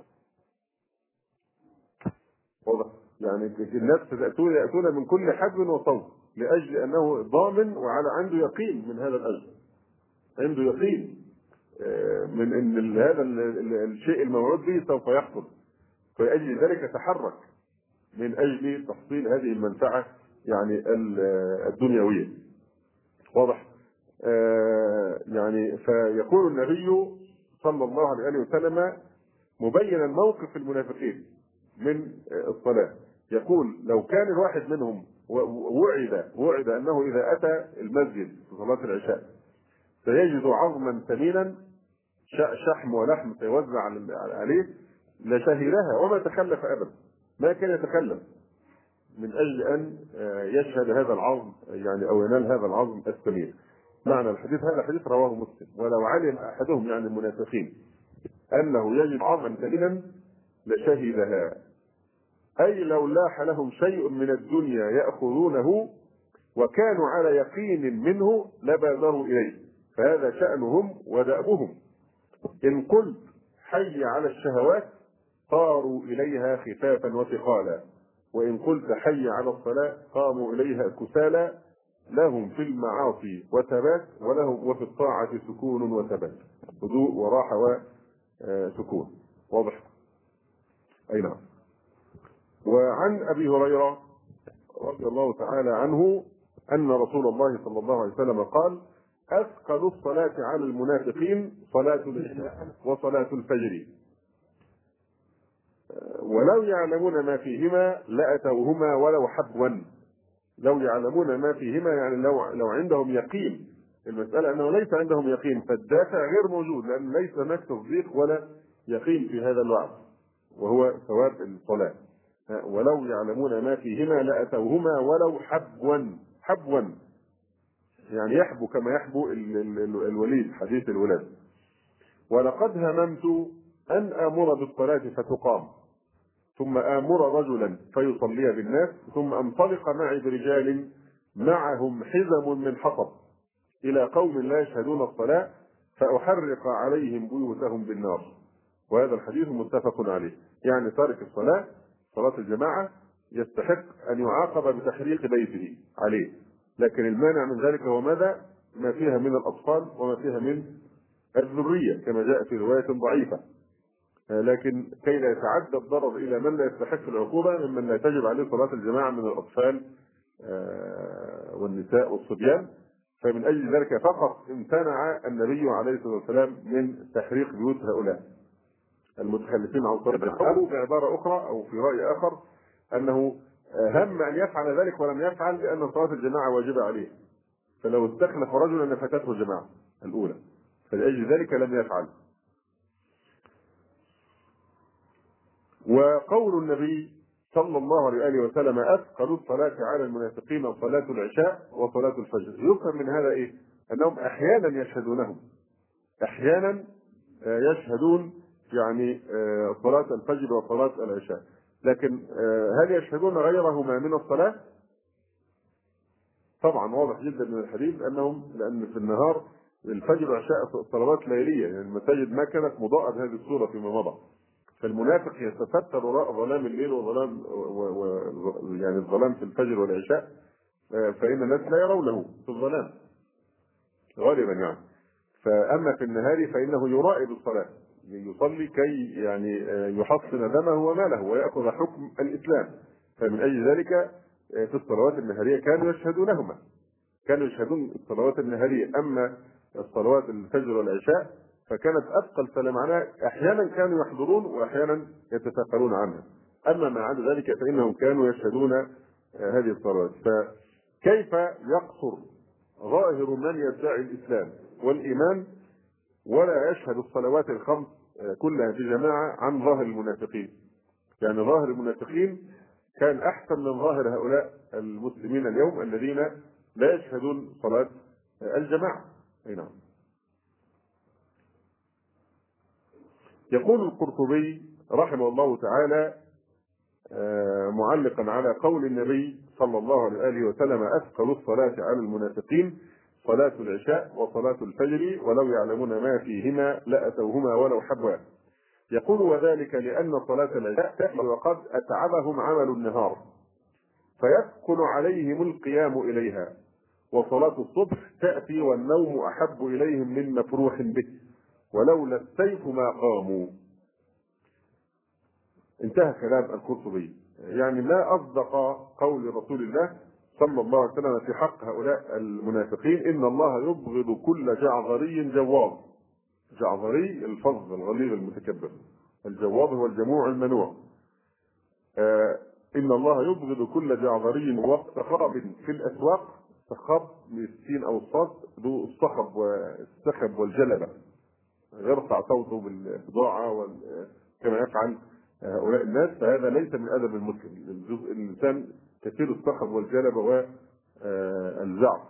واضح يعني الناس يأتون يأتون من كل حجم وصوب لأجل أنه ضامن وعلى عنده يقين من هذا الأجر، عنده يقين من ان هذا الشيء الموعود به سوف يحصل، فلأجل ذلك تحرك من اجل تحصيل هذه المنفعه يعني الدنيويه. واضح؟ آه يعني فيقول النبي صلى الله عليه وسلم مبينا موقف المنافقين من الصلاه، يقول: لو كان الواحد منهم وعد وعد انه اذا اتى المسجد في صلاه العشاء سيجد عظما ثمينا شحم ولحم سيوزع عليه لشهدها وما تخلف ابدا، ما كان يتخلف من اجل ان يشهد هذا العظم يعني او ينال هذا العظم الثمين. معنى الحديث هذا الحديث رواه مسلم: ولو علم احدهم يعني المنافقين انه يجد عظما ثمينا لشهدها، اي لو لاح لهم شيء من الدنيا ياخذونه وكانوا على يقين منه لبادروا اليه، فهذا شانهم ودأبهم. إن قلت حي على الشهوات طاروا إليها خفافا وثقالا، وإن قلت حي على الصلاة قاموا إليها كسالى، لهم في المعاصي وثبات ولهم وفي الطاعة سكون وثبات، هدوء وراحة وسكون. واضح؟ أي نعم. وعن أبي هريرة رضي الله تعالى عنه أن رسول الله صلى الله عليه وسلم قال: أثقل الصلاة على المنافقين صلاة العشاء وصلاة الفجر، ولو يعلمون ما فيهما لأتوهما ولو حبوا. لو يعلمون ما فيهما يعني لو لو عندهم يقين. المسألة أنه ليس عندهم يقين، فالدافع غير موجود، لأن ليس هناك تصديق ولا يقين في هذا الوعد وهو ثواب الصلاة. ولو يعلمون ما فيهما لأتوهما ولو حبوا. حبوا يعني يحبو كما يحبو الوليد حديث الولاد. ولقد هممت أن آمر بالصلاة فتقام، ثم آمر رجلا فيصلي بالناس، ثم أنطلق معي برجال معهم حزم من حطب إلى قوم لا يشهدون الصلاة فأحرق عليهم بيوتهم بالنار. وهذا الحديث متفق عليه. يعني تارك الصلاة صلاة الجماعة يستحق أن يعاقب بتحريق بيته عليه، لكن المانع من ذلك هو ماذا؟ ما فيها من الأطفال وما فيها من الذرية كما جاء في رواية ضعيفة. لكن كي لا يتعدى الضرر إلى من لا يستحق العقوبة ممن لا تجب عليه صلاة الجماعة من الأطفال والنساء والصبيان، فمن أجل ذلك فقط امتنع النبي عليه الصلاة والسلام من تحريق بيوت هؤلاء المتخلفين عن صلاة الجماعة. أو بعبارة أخرى أو في رأي آخر أنه هم أن يفعل ذلك ولم يفعل لأن صلاة الجماعة واجبة عليه، فلو استخلف رجلا لفتته الجماعة الأولى، فلأجل ذلك لم يفعل. وقول النبي صلى الله عليه وسلم: أثقل الصلاة على المنافقين صلاة العشاء وصلاة الفجر، يفهم من هذا إيه؟ أنهم أحيانا يشهدونهم، أحيانا يشهدون يعني صلاة الفجر وصلاة العشاء، لكن هل يشهدون غيرهما من الصلاة؟ طبعا واضح جدا من الحديث أنهم، لأن في النهار الفجر والعشاء صلوات ليلية، يعني المساجد ما كانت مضاءة بهذه الصورة فيما مضى، فالمنافق يتستر وراء ظلام الليل وظلام و... و... يعني الظلام في الفجر والعشاء، فإن الناس لا يرونه في الظلام غالبا يعني. فأما في النهار فإنه يرائي بالصلاة، يصلي كي يعني يحصن دمه وماله ويأخذ حكم الإسلام. فمن أجل ذلك في الصلوات النهارية كانوا يشهدونهما، كانوا يشهدون الصلوات النهارية. أما الصلوات الفجر والعشاء فكانت أثقل، فلمعناه أحيانا كانوا يحضرون وأحيانا يتساءلون عنها. أما ما عدا ذلك فإنهم كانوا يشهدون هذه الصلوات. فكيف يقصر ظاهر من يدعي الإسلام والإيمان ولا يشهد الصلوات الخمس كلها في جماعة عن ظاهر المنافقين؟ يعني ظاهر المنافقين كان أحسن من ظاهر هؤلاء المسلمين اليوم الذين لا يشهدون صلاة الجماعة. أي نعم. يقول القرطبي رحمه الله تعالى معلقا على قول النبي صلى الله عليه وسلم: أثقل الصلاة على المنافقين صلاة العشاء وصلاة الفجر ولو يعلمون ما فيهما لأتوهما ولو حبوا. يقول: وذلك لأن صلاة العشاء تأتي وقد أتعبهم عمل النهار فيثقل عليهم القيام إليها، وصلاة الصبح تأتي والنوم أحب إليهم من مفروح به ولولا السيف ما قاموا. انتهى كلام القرطبي. يعني لا أصدق قول رسول الله صلى الله عليه وسلم في حق هؤلاء المنافقين: إن الله يبغض كل جعظري جواظ. جعظري الفظ الغليظ المتكبر، الجواظ هو الجموع المنوع. آه إن الله يبغض كل جعظري وصخب في الأسواق. صخب بالسين أو الصاد ذو الصخب والسخب والجلبة، يرفع صوته بالبضاعة كما يفعل هؤلاء الناس، فهذا ليس من أدب المسلم. الإنسان كثير الصخب والجلبة والزعق.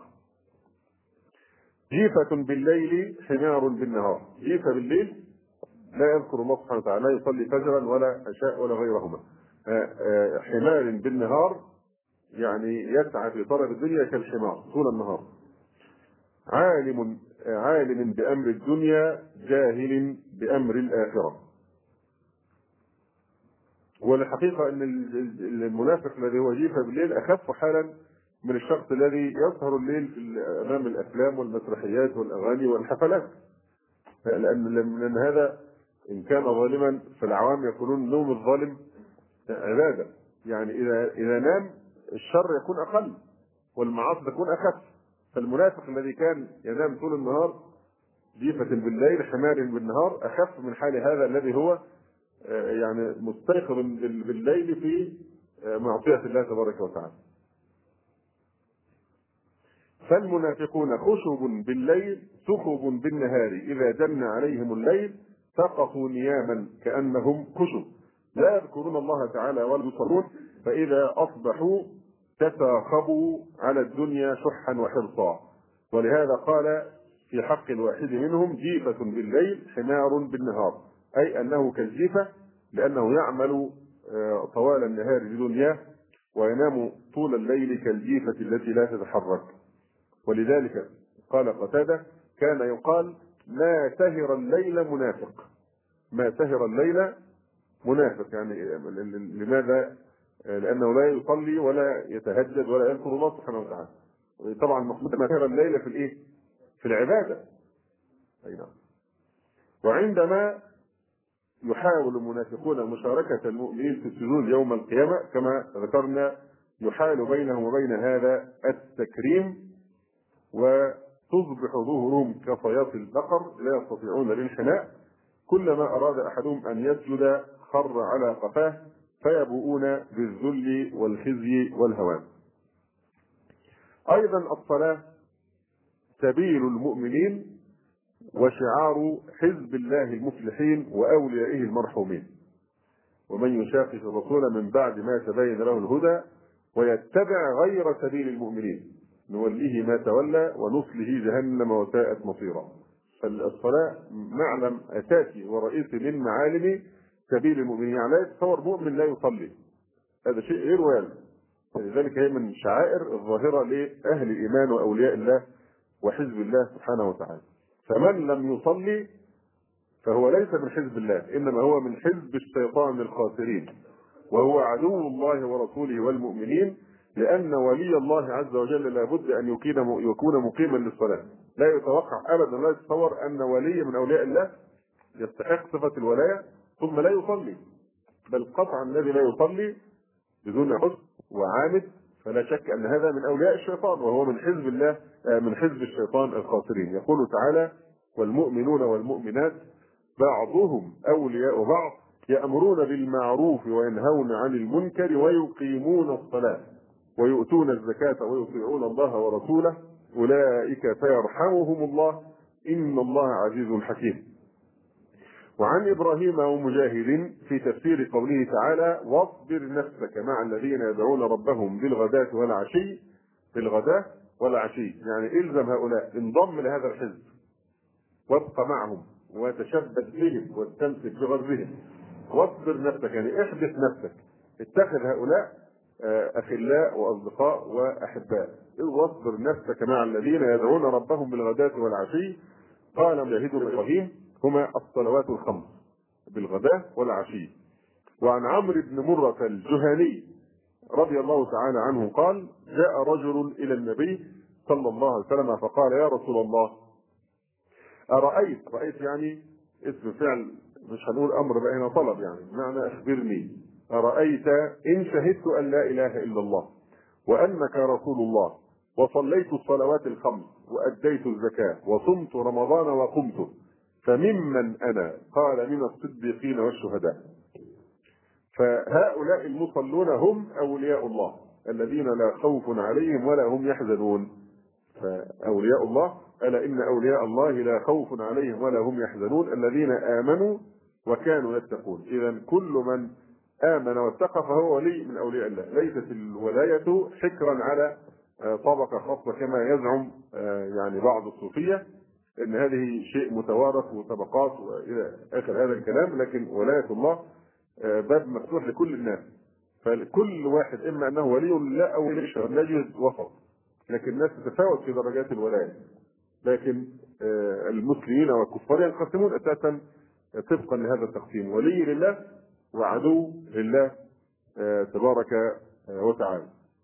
جيفة بالليل حمار بالنهار. جيفة بالليل لا يذكر الله سبحانه وتعالى، لا يصلي فجرا ولا عشاء ولا غيرهما. حمار بالنهار يعني يسعى في طلب الدنيا كالحمار طول النهار. عالم عالم بأمر الدنيا جاهل بأمر الآخرة. والحقيقة أن المنافق الذي هو جيفة بالليل أخف حالا من الشخص الذي يسهر الليل أمام الأفلام والمسرحيات والأغاني والحفلات، لأن لأن هذا إن كان ظالما فالعوام يقولون نوم الظالم عبادة. يعني إذا إذا نام الشر يكون أقل والمعاصي تكون أخف. فالمنافق الذي كان ينام طول النهار جيفة بالليل حمار بالنهار أخف من حال هذا الذي هو يعني مستيقظ بالليل في معصية الله تبارك وتعالى. فالمنافقون خشب بالليل سخب بالنهار، إذا جن عليهم الليل سقطوا نياما كأنهم خشب لا يذكرون الله تعالى ولا يصلون، فإذا أصبحوا تساخبوا على الدنيا شحا وحرصا. ولهذا قال في حق الواحد منهم جيفة بالليل حمار بالنهار، أي أنه كالجيفة لأنه يعمل طوال النهار بدنياه وينام طول الليل كالجيفة التي لا تتحرك. ولذلك قال قتادة كان يقال ما سهر الليل منافق، ما سهر الليل منافق. يعني لماذا؟ لأنه لا يصلي ولا يتهجد ولا يذكر الله سبحانه وتعالى. طبعا المقصود ما سهر الليل في الايه؟ في العبادة. أي نعم. وعندما يحاول المنافقون مشاركة المؤمنين في السجود يوم القيامة كما ذكرنا يحال بينهم وبين هذا التكريم، وتصبح ظهورهم كصياط البقر لا يستطيعون الانحناء. كلما أراد أحدهم أن يسجد خر على قفاه فيبوؤون بالذل والخزي والهوان. أيضا الصلاة سبيل المؤمنين وشعار حزب الله المفلحين وأوليائه المرحومين. ومن يشاقق الرسول من بعد ما تبين له الهدى ويتبع غير سبيل المؤمنين نوليه ما تولى ونصله جهنم وساءت مصيرا. فالصلاة معلم أساسي ورئيسي من معالم سبيل المؤمنين. يعني لا يتصور مؤمن لا يصلي، هذا شيء غير وارد. لذلك هي من شعائر الظاهرة لأهل الإيمان وأولياء الله وحزب الله سبحانه وتعالى. فمن لم يصلي فهو ليس من حزب الله، إنما هو من حزب الشيطان الخاسرين، وهو عدو الله ورسوله والمؤمنين، لأن ولي الله عز وجل لابد أن يكون مقيما للصلاة. لا يتوقع أبدا، لا يتصور أن ولي من أولياء الله يستحق صفة الولاية ثم لا يصلي، بل قطعا الذي لا يصلي بدون حسن وعامد فلا شك أن هذا من أولياء الشيطان وهو من حزب الله، من حزب الشيطان الخاسرين. يقول تعالى والمؤمنون والمؤمنات بعضهم أولياء بعض يأمرون بالمعروف وينهون عن المنكر ويقيمون الصلاة ويؤتون الزكاة ويطيعون الله ورسوله أولئك سيرحمهم الله إن الله عزيز حكيم. وعن إبراهيم ومجاهد في تفسير قوله تعالى واصبر نفسك مع الذين يدعون ربهم بالغداة والعشي، بالغداة والعشي يعني الزم هؤلاء، انضم لهذا الحزب وابق معهم وتشبث بهم واستمسك بغرزهم. واصبر نفسك يعني احدث نفسك، اتخذ هؤلاء أخلاء وأصدقاء وأحباء. واصبر نفسك مع الذين يدعون ربهم بالغداة والعشي. قال مجاهد إبراهيم هما الصلوات الخمس بالغداة والعشي. وعن عمرو بن مرة الجهني رضي الله تعالى عنه قال جاء رجل إلى النبي صلى الله عليه وسلم فقال يا رسول الله أرأيت، رأيت يعني اسم فعل مش هنقول أمر بقى هنا طلب، يعني بمعنى أخبرني، أرأيت إن شهدت أن لا إله إلا الله وأنك رسول الله وصليت الصلوات الخمس وأديت الزكاة وصمت رمضان وقمت فممن أنا؟ قال من الصديقين والشهداء. فهؤلاء المصلون هم أولياء الله الذين لا خوف عليهم ولا هم يحزنون. فأولياء الله ألا إن أولياء الله لا خوف عليهم ولا هم يحزنون الذين آمنوا وكانوا يتقون. إذا كل من آمن واتقى فهو ولي من أولياء الله. ليست الولاية حكرا على طبقة خاصة كما يزعم يعني بعض الصوفية ان هذه شيء متوارث وطبقات والى اخر هذا الكلام، لكن ولاية الله باب مفتوح لكل الناس. فكل واحد اما انه ولي الله او لا يوجد وسط، لكن الناس تتفاوت في درجات الولاية. لكن المسلمين والكفار ينقسمون اساسا طبقا لهذا التقسيم، ولي لله وعدو لله تبارك وتعالى.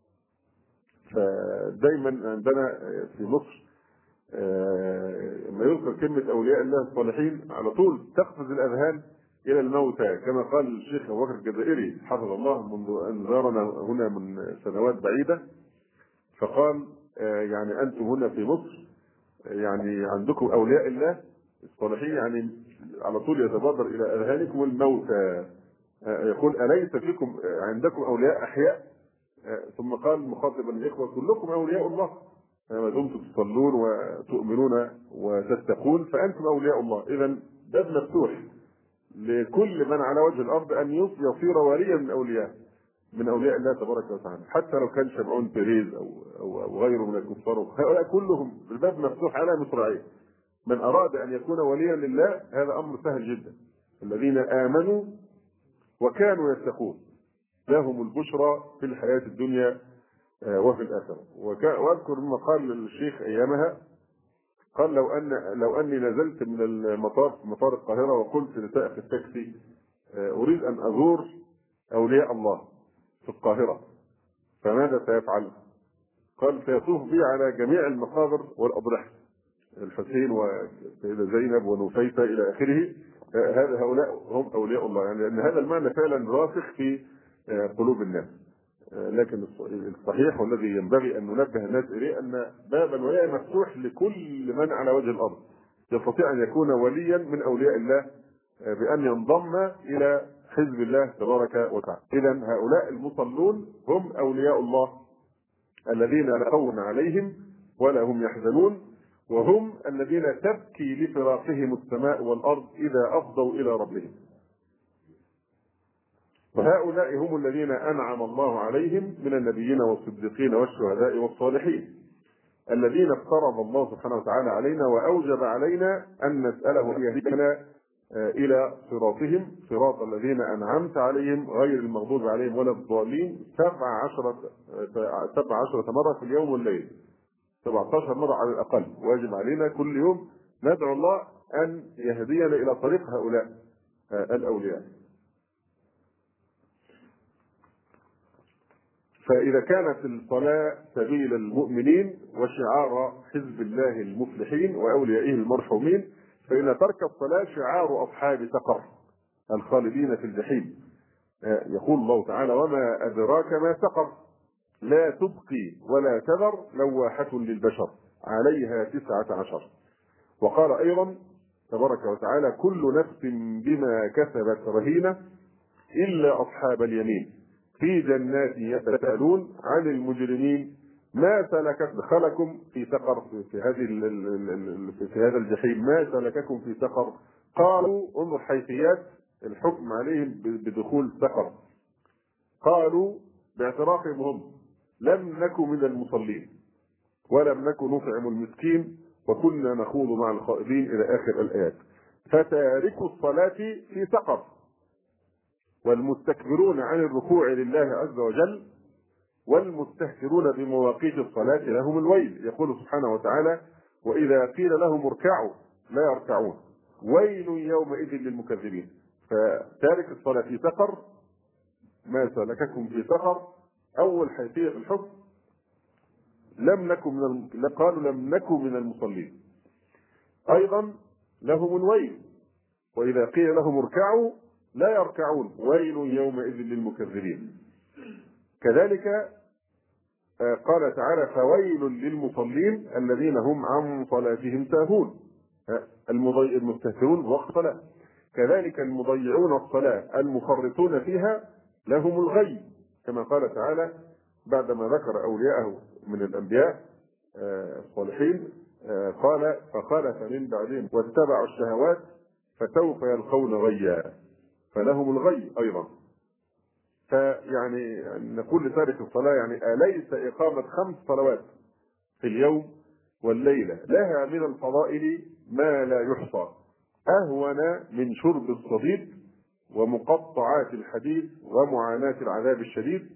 فدايما عندنا في مصر لما يذكر كلمة أولياء الله الصالحين على طول تقفز الأذهان الى الموتى، كما قال الشيخ ابو بكر الجزائري حفظه الله منذ ان زارنا هنا من سنوات بعيده، فقال يعني انتم هنا في مصر يعني عندكم اولياء الله الصالحين، يعني على طول يتبادر الى اذهانكم الموتى. يقول اليس فيكم عندكم اولياء احياء؟ ثم قال مخاطبا الاخوه كلكم اولياء الله ما دمتم تصلون وتؤمنون وتتقون فانتم اولياء الله. اذا باب مفتوح لكل من على وجه الارض ان يصير وليا من اولياء من اولياء الله تبارك وتعالى، حتى لو كان شمعون بيريز او او او غيره من الكفار، هؤلاء كلهم الباب مفتوح على مصراعيه. من اراد ان يكون وليا لله هذا امر سهل جدا. الذين امنوا وكانوا يتقون لهم البشرى في الحياه الدنيا وفي الاخره. واذكر مما قال الشيخ ايامها، قال لو ان لو اني نزلت من المطار في مطار القاهره وقلت لسائق التاكسي اريد ان ازور اولياء الله في القاهره فماذا سيفعل؟ قال سيطوف بي على جميع المقابر والاضرحه، الحسين والسيده زينب ونفيسه الى اخره. هذا هؤلاء هم اولياء الله، يعني لان هذا المعنى فعلا راسخ في قلوب الناس. لكن الصحيح والذي ينبغي ان ننبه الناس اليه ان باب الولايه مفتوح لكل من على وجه الارض يستطيع ان يكون وليا من اولياء الله بان ينضم الى حزب الله تبارك وتعالى. اذا هؤلاء المصلون هم اولياء الله الذين لا خوف عليهم ولا هم يحزنون، وهم الذين تبكي لفراقهم السماء والارض اذا افضوا الى ربهم. وهؤلاء هم الذين انعم الله عليهم من النبيين والصديقين والشهداء والصالحين، الذين افترض الله سبحانه وتعالى علينا واوجب علينا ان نساله ان يهدينا الى صراطهم، صراط الذين انعمت عليهم غير المغضوب عليهم ولا الضالين، سبع عشرة سبع عشرة مره في اليوم والليل، سبعة عشر مره على الاقل. واجب علينا كل يوم ندعو الله ان يهدينا الى طريق هؤلاء الاولياء. فإذا كانت الصلاة سبيل المؤمنين وشعار حزب الله المفلحين وأوليائه المرحومين، فإن ترك الصلاة شعار أصحاب سقر الخالدين في الجحيم. يقول الله تعالى وما أدراك ما سقر لا تبقي ولا تذر لواحة للبشر عليها تسعة عشر. وقال أيضا تبارك وتعالى كل نفس بما كسبت رهينة إلا أصحاب اليمين في جنات يتساءلون عن المجرمين ما سلكت دخلكم في سقر في هذه في هذا الجحيم ما سلككم في سقر قالوا انظر حيثيات الحكم عليهم بدخول سقر. قالوا باعترافهم هم لم نكن من المصلين ولم نكن نطعم المسكين وكنا نخوض مع الخائضين الى اخر الايات. فتاركوا الصلاة في سقر والمستكبرون عن الركوع لله عز وجل والمستهترون بمواقيت الصلاة لهم الويل. يقول سبحانه وتعالى وإذا قيل لهم اركعوا لا يركعون ويل يومئذ للمكذبين. فتارك الصلاة في سقر ما سلككم في سقر. أول حيثية في الحكم لم نكن من الم... قالوا لم نكن من المصلين. أيضا لهم الويل وإذا قيل لهم اركعوا لا يركعون ويل يومئذ للمكذبين. كذلك قال تعالى فويل للمصلين الذين هم عن صلاتهم ساهون المستهترون وقت الصلاة. كذلك المضيعون الصلاة المفرطون فيها لهم الغي كما قال تعالى بعدما ذكر أولياءه من الأنبياء الصالحين قال فخلف من بعدهم واتبعوا الشهوات فسوف يلقون غيا فلهم الغي أيضا. فيعني نقول لتارك الصلاة يعني أليس إقامة خمس صلوات في اليوم والليلة لها من الفضائل ما لا يحصى أهون من شرب الصديد ومقطعات الحديد ومعاناة العذاب الشديد.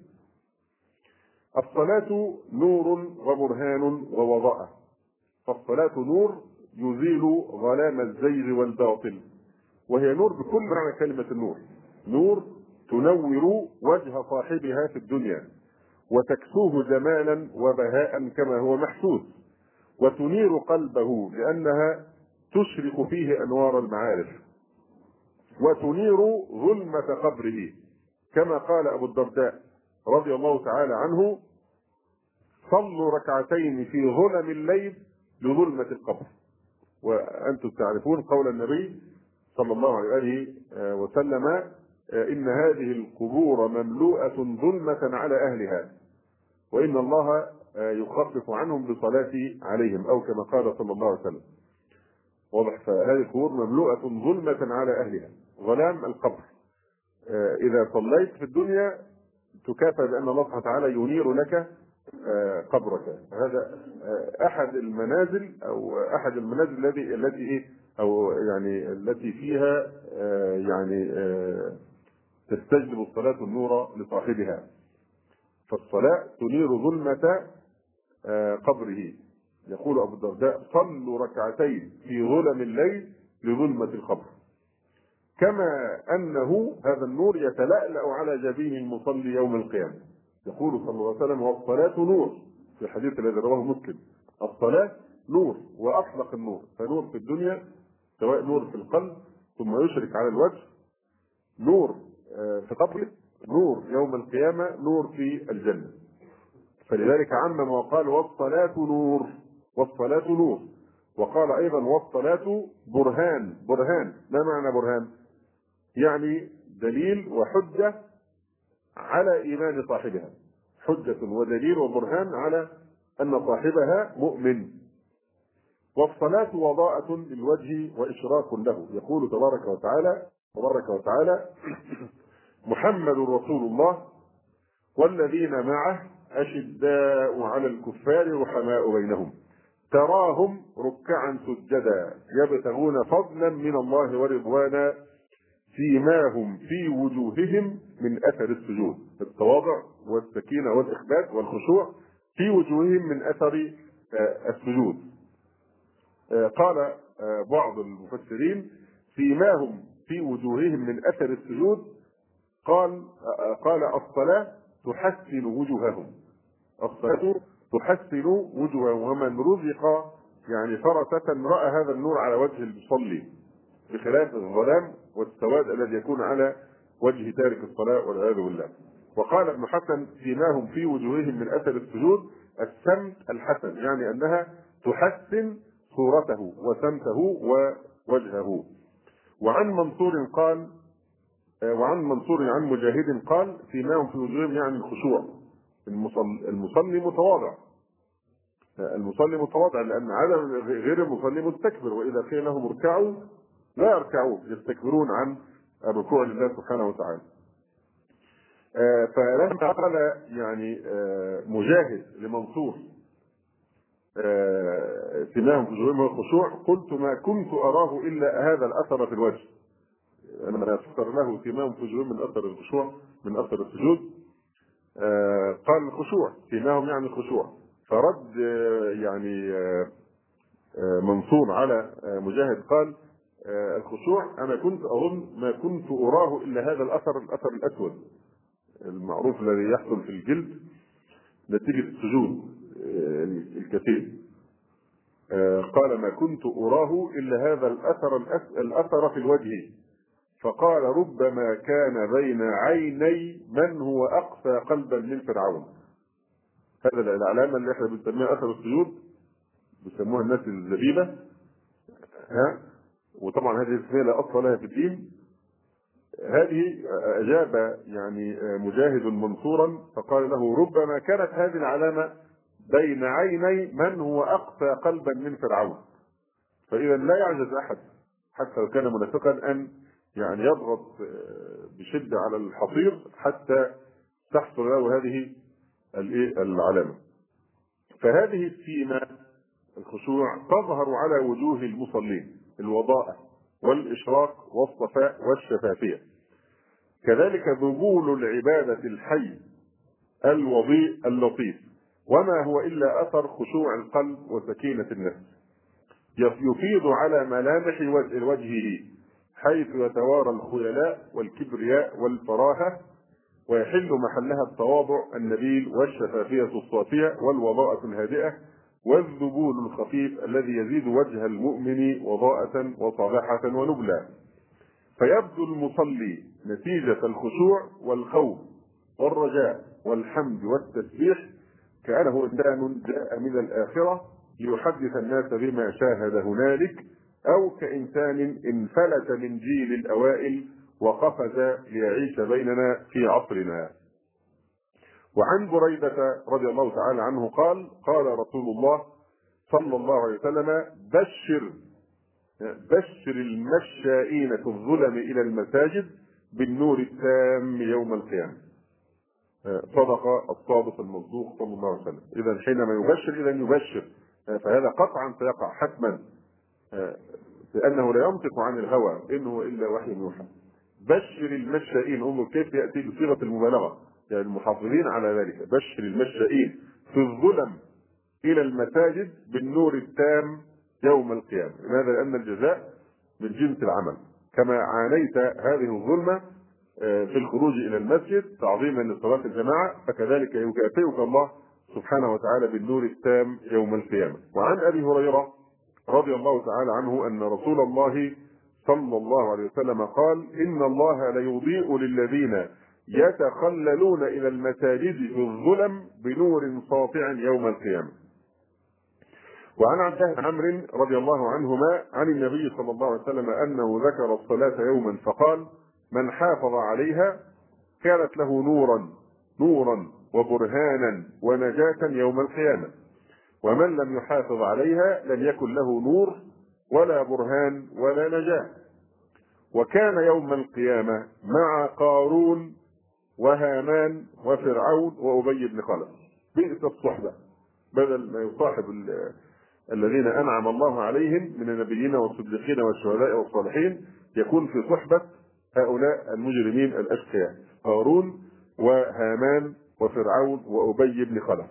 الصلاة نور وبرهان ووضاءة. فالصلاة نور يزيل ظلام الزيغ والباطل وهي نور بكل معنى كلمة النور. نور تنور وجه صاحبها في الدنيا وتكسوه جمالا وبهاء كما هو محسوس وتنير قلبه لأنها تشرق فيه أنوار المعارف. وتنير ظلمة قبره، كما قال أبو الدرداء رضي الله تعالى عنه: صلوا ركعتين في ظلم الليل لظلمة القبر. وأنتم تعرفون قول النبي صلى الله عليه وسلم: إن هذه القبور مملوءة ظلمة على أهلها، وإن الله يخفف عنهم بصلاة عليهم، أو كما قال صلى الله عليه وسلم. واضح؟ فهذه القبور مملوءة ظلمة على أهلها، ظلام القبر. إذا صليت في الدنيا تكافئ بأن الله سبحانه وتعالى ينير لك قبرك. هذا أحد المنازل أو أحد المنازل الذي التي إيه أو يعني التي فيها يعني تستجلب الصلاة النور لصاحبها. فالصلاة تنير ظلمة قبره. يقول أبو الدرداء: صلوا ركعتين في ظلم الليل لظلمة القبر، كما أنه هذا النور يتلألأ على جبين المصلي يوم القيامة. يقول صلى الله عليه وسلم: والصلاة نور، في الحديث الذي رواه مسلم: الصلاة نور وأطلق النور. فنور في الدنيا سواء نور في القلب ثم يشرك على الوجه، نور في قبره، نور يوم القيامة، نور في الجنة. فلذلك عمم وقال: والصلاة نور، والصلاة نور. وقال أيضا: والصلاة برهان. برهان ما معنى برهان؟ يعني دليل وحجة على إيمان صاحبها، حجة ودليل وبرهان على أن صاحبها مؤمن. والصلاة وضاءة للوجه وإشراق له. يقول تبارك وتعالى تبارك وتعالى: محمد رسول الله والذين معه أشداء على الكفار رحماء بينهم تراهم ركعا سجدا يبتغون فضلا من الله ورضوانا سيماهم في وجوههم من أثر السجود. التواضع والسكينة والإخبات والخشوع في وجوههم من أثر السجود. قال بعض المفسرين: سيماهم في وجوههم من أثر السجود. قال قال الصلاة تحسن وجوههم، الصلاة تحسن وجوههم. ومن رزق يعني فرسة رأى هذا النور على وجه المصلي، بخلاف الظلام والسواد الذي يكون على وجه تارك الصلاة والعياذ بالله. وقال ابن حسن: سيماهم في وجوههم من أثر السجود السمت الحسن، يعني أنها تحسن صورته وسمته ووجهه. وعن منصور قال وعن منصور عن مجاهد قال: سيماهم في وجوههم يعني الخشوع. المصلي, المصلي متواضع، المصلي متواضع لأن عدم غير المصلي مستكبر، وإذا قيل لهم اركعوا لا يركعون، يستكبرون عن الركوع لله سبحانه وتعالى. فلما قال يعني مجاهد لمنصور: سيماهم في وجوههم الخشوع، قلت: ما كنت أراه إلا هذا الأثر في الوجه. أنا أذكر له سيماهم في وجوههم من أثر الخشوع، من أثر السجود. قال الخشوع، سيماهم يعني الخشوع. فرد يعني منصور على مجاهد قال: الخشوع أنا كنت أظن ما كنت أراه إلا هذا الأثر، الأثر الأسود المعروف الذي يحصل في الجلد نتيجة السجود الكثير. قال: ما كنت أراه إلا هذا الأثر الأثر في الوجه. فقال: ربما كان بين عيني من هو أقسى قلبا من فرعون. هذا العلامة اللي احنا بنسميها أثر السجود، بيسموها الناس الزبيبة، ها، وطبعا هذه الاسمية لا أصل لها في الدين. هذه أجاب يعني مجاهد منصورا فقال له: ربما كانت هذه العلامة بين عيني من هو أقسى قلبا من فرعون. فإذا لا يعجز أحد حتى لو كان منافقا أن يعني يضغط بشدة على الحصير حتى تحصل له هذه العلامة. فهذه السيمة الخشوع تظهر على وجوه المصلين: الوضاءة والإشراق والصفاء والشفافية. كذلك ذبول العبادة الحي الوضيء اللطيف، وما هو إلا أثر خشوع القلب وسكينة النفس، يفيض على ملامح وجهه حيث يتوارى الخيلاء والكبرياء والفراهة، ويحل محلها التواضع النبيل والشفافية الصافية والوضاءة الهادئة والذبول الخفيف الذي يزيد وجه المؤمن وضاءة وصباحة ونبلا. فيبدو المصلي نتيجة الخشوع والخوف والرجاء والحمد والتسبيح كأنه إنسان جاء من الآخرة ليحدث الناس بما شاهد هنالك، أو كإنسان انفلت من جيل الأوائل وقفز ليعيش بيننا في عصرنا. وعن بريدة رضي الله تعالى عنه قال: قال رسول الله صلى الله عليه وسلم: بشر بشر المشائين في الظلم إلى المساجد بالنور التام يوم القيامة. صدق الصادق المصدوق صلى الله عليه وسلم. إذا حينما يبشر إذا يبشر، فهذا قطعا سيقع حتما، لأنه لا ينطق عن الهوى إن هو إلا وحي يوحى. بشر المشائين، انظر كيف يأتي بصيغة المبالغة، يعني المحافظين على ذلك. بشر المشائين في الظلم إلى المساجد بالنور التام يوم القيامة. لماذا؟ لأن الجزاء من جنس العمل. كما عانيت هذه الظلمة في الخروج إلى المسجد تعظيما لصلاة الجماعة، فكذلك يكافئك الله سبحانه وتعالى بالنور التام يوم القيامة. وعن أبي هريرة رضي الله تعالى عنه أن رسول الله صلى الله عليه وسلم قال: إن الله ليضيء للذين يتخللون إلى المساجد في الظلم بنور ساطع يوم القيامة. وعن عبد الله بن عمرو رضي الله عنهما عن النبي صلى الله عليه وسلم أنه ذكر الصلاة يوما فقال: من حافظ عليها كانت له نورا نورا وبرهانا ونجاة يوم القيامة، ومن لم يحافظ عليها لم يكن له نور ولا برهان ولا نجاة. وكان يوم القيامة مع قارون وهامان وفرعون وأبي بن خلف. بئس الصحبة، بدل ما يصاحب الذين أنعم الله عليهم من النبيين والصديقين والشهداء والصالحين، يكون في صحبة هؤلاء المجرمين الأشقياء، قارون وهامان وفرعون وأبي بن خلف.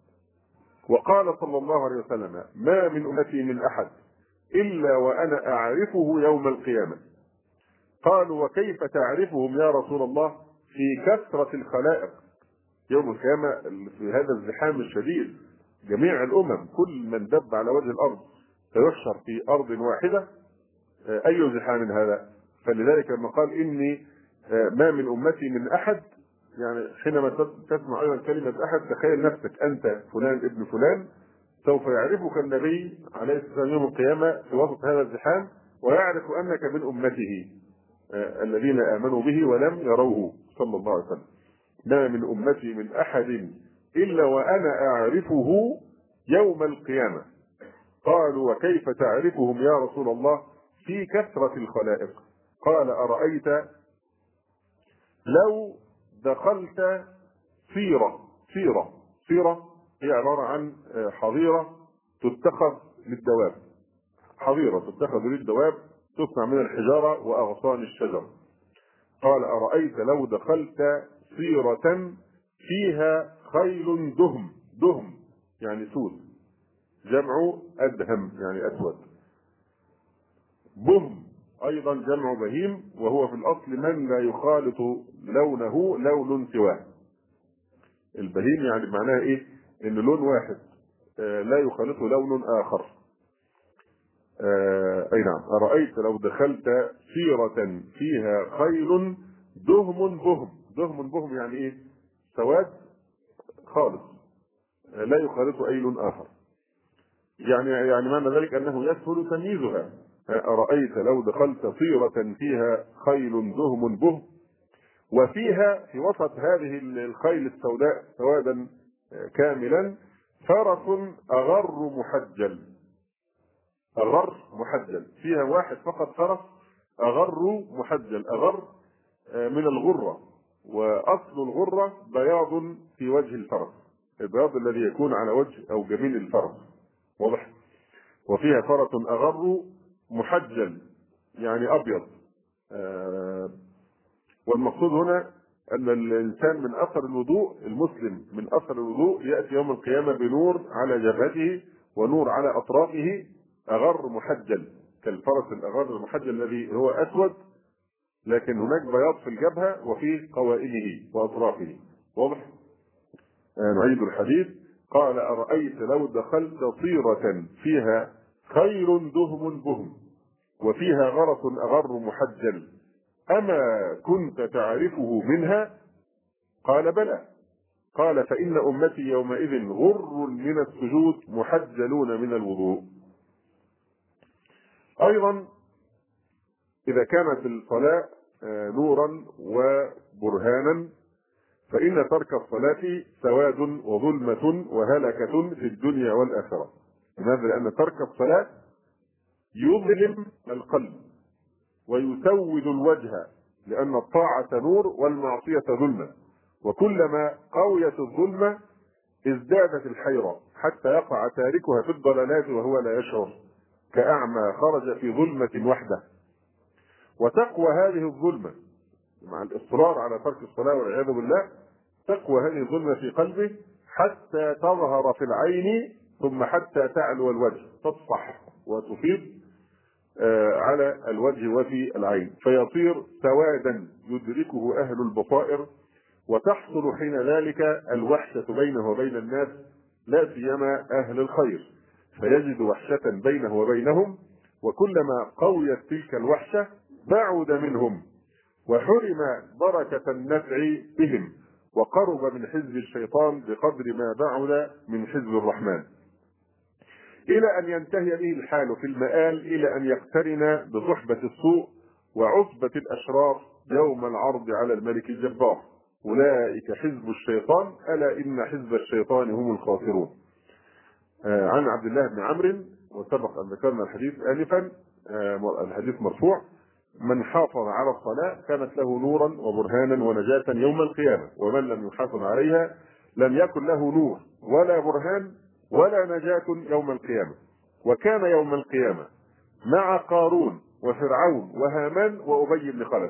وقال صلى الله عليه وسلم: ما من أمتي من أحد إلا وأنا أعرفه يوم القيامة. قالوا: وكيف تعرفهم يا رسول الله؟ في كثرة الخلائق يوم القيامة، في هذا الزحام الشديد، جميع الأمم كل من دب على وجه الأرض سيحشر في أرض واحدة. أي زحام هذا؟ فلذلك لما قال: إني ما من أمتي من أحد، يعني حينما تسمع أيضا كلمة أحد تخيل نفسك أنت فلان ابن فلان، سوف يعرفك النبي عليه الصلاة والسلام يوم القيامة في وسط هذا الزحام، ويعرف أنك من أمته الذين آمنوا به ولم يروه صلى الله عليه وسلم. ما من أمتي من أحد إلا وأنا أعرفه يوم القيامة. قالوا: وكيف تعرفهم يا رسول الله؟ في كثرة الخلائق. قال: أرأيت لو دخلت صيرة صيرة صيرة هي عبارة عن حظيرة تتخذ للدواب، حظيرة تتخذ للدواب تصنع من الحجارة وأغصان الشجر. قال: أرأيت لو دخلت صيرة فيها خيل دهم، دهم يعني سود، جمع أدهم يعني أسود، بهم أيضا جمع بهيم، وهو في الأصل من لا يخالط لونه لون سواه. البهيم يعني معناها إيه؟ إن لون واحد لا يخالطه لون آخر. أي نعم. أرأيت لو دخلت سيرة فيها خيل دهم بهم، دهم بهم يعني إيه؟ سواد خالص لا يخالطه أي لون آخر. يعني يعني معنى ذلك أنه يسهل تمييزها. أرأيت لو دخلت صيرة فيها خيل دهم بهم، وفيها في وسط هذه الخيل السوداء سوادا كاملا فرس أغر محجل، أغر محجل، فيها واحد فقط فرس أغر محجل. أغر من الغرة، وأصل الغرة بياض في وجه الفرس، البياض الذي يكون على وجه أو جبين الفرس، واضح؟ وفيها فرس أغر محجل يعني أبيض. آه والمقصود هنا أن الإنسان من أثر الوضوء، المسلم من أثر الوضوء يأتي يوم القيامة بنور على جبهته ونور على أطرافه، أغر محجل كالفرس الأغر المحجل الذي هو أسود، لكن هناك بياض في الجبهة وفي قوائمه وأطرافه، واضح؟ آه نعيد الحديث. قال: أرأيت لو دخلت صيرة فيها خيل دهم بهم وفيها غرس أغر محجل أما كنت تعرفه منها؟ قال بلى. قال فإن أمتي يومئذ غر من السجود محجلون من الوضوء. أيضا إذا كانت الصلاة نورا وبرهانا فإن ترك الصلاة سواد وظلمة وهلكة في الدنيا والآخرة. لماذا؟ لأن ترك الصلاة يظلم القلب ويسود الوجه، لأن الطاعة نور والمعصية ظلمة، وكلما قويت الظلمة ازدادت الحيرة حتى يقع تاركها في الضلالات وهو لا يشعر، كأعمى خرج في ظلمة وحده. وتقوى هذه الظلمة مع الإصرار على ترك الصلاة والعياذ بالله، تقوى هذه الظلمة في قلبه حتى تظهر في العين، ثم حتى تعلو الوجه، تطفح وتفيض على الوجه وفي العين، فيصير سوادا يدركه أهل البصائر، وتحصل حين ذلك الوحشة بينه وبين الناس، لا سيما أهل الخير، فيجد وحشة بينه وبينهم، وكلما قويت تلك الوحشة بعد منهم وحرم بركة النفع بهم، وقرب من حزب الشيطان بقدر ما بعد من حزب الرحمن، إلى أن ينتهي به الحال في المآل إلى أن يقترن بصحبة السوء وعصبة الأشرار يوم العرض على الملك الجبار. أولئك حزب الشيطان ألا إن حزب الشيطان هم الخاسرون. آه عن عبد الله بن عمرو، وسبق أن ذكرنا الحديث آنفا، آه الحديث مرفوع: من حافظ على الصلاة كانت له نورا وبرهانا ونجاة يوم القيامة، ومن لم يحافظ عليها لم يكن له نور ولا برهان ولا نجاة يوم القيامة. وكان يوم القيامة مع قارون وفرعون وهامان وأبي بن خلف،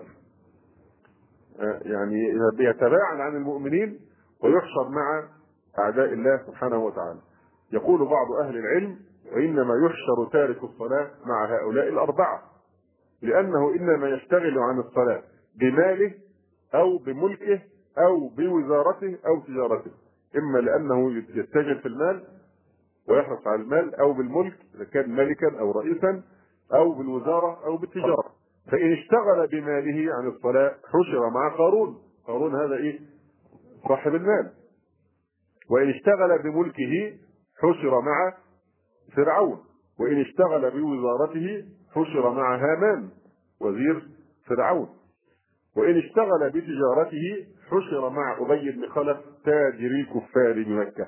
يعني بيتباعد عن المؤمنين ويحشر مع أعداء الله سبحانه وتعالى. يقول بعض أهل العلم: وإنما يحشر تارك الصلاة مع هؤلاء الأربعة، لأنه إنما يشتغل عن الصلاة بماله أو بملكه أو بوزارته أو تجارته، إما لأنه يتجه في المال ويحرص على المال، أو بالملك إذا كان ملكا أو رئيسا، أو بالوزارة أو بالتجارة. فإن اشتغل بماله عن الصلاة حشر مع قارون. قارون هذا إيه؟ صاحب المال. وإن اشتغل بملكه حشر مع فرعون. وإن اشتغل بوزارته حشر مع هامان وزير فرعون. وإن اشتغل بتجارته حشر مع أبي بن خلف تاجر الكفار بمكة.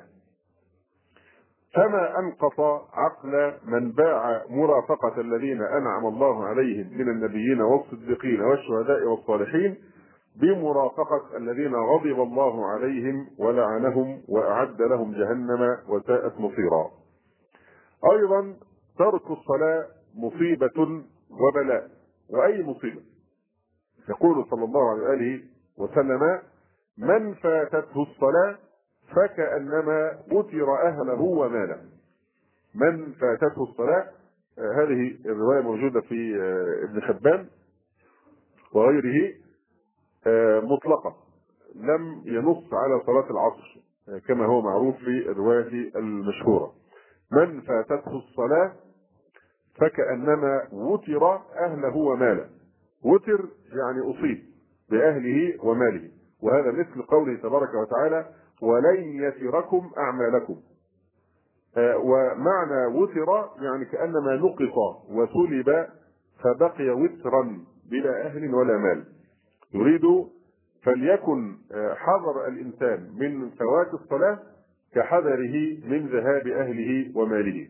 فما أنقص عقل من باع مرافقة الذين أنعم الله عليهم من النبيين والصديقين والشهداء والصالحين بمرافقة الذين غضب الله عليهم ولعنهم وأعد لهم جهنم وساءت مصيرا. أيضا ترك الصلاة مصيبة وبلاء. وأي مصيبة؟ يقول صلى الله عليه وآله وسلم: من فاتته الصلاة فكأنما أتر أهله وماله. من فاتته الصلاة، آه هذه الرواية موجودة في آه ابن حبان وغيره، آه مطلقة، لم ينص على صلاة العصر آه كما هو معروف في الرواية المشهورة: من فاتته الصلاة فكأنما وتر أهله وماله. وتر يعني أصيب بأهله وماله، وهذا مثل قوله تبارك وتعالى: ولن يتركم أعمالكم. آه ومعنى وتر يعني كأنما نقص وسلب فبقي وترا بلا أهل ولا مال. يريد فليكن آه حذر الإنسان من فوات الصلاة كحذره من ذهاب أهله وماله.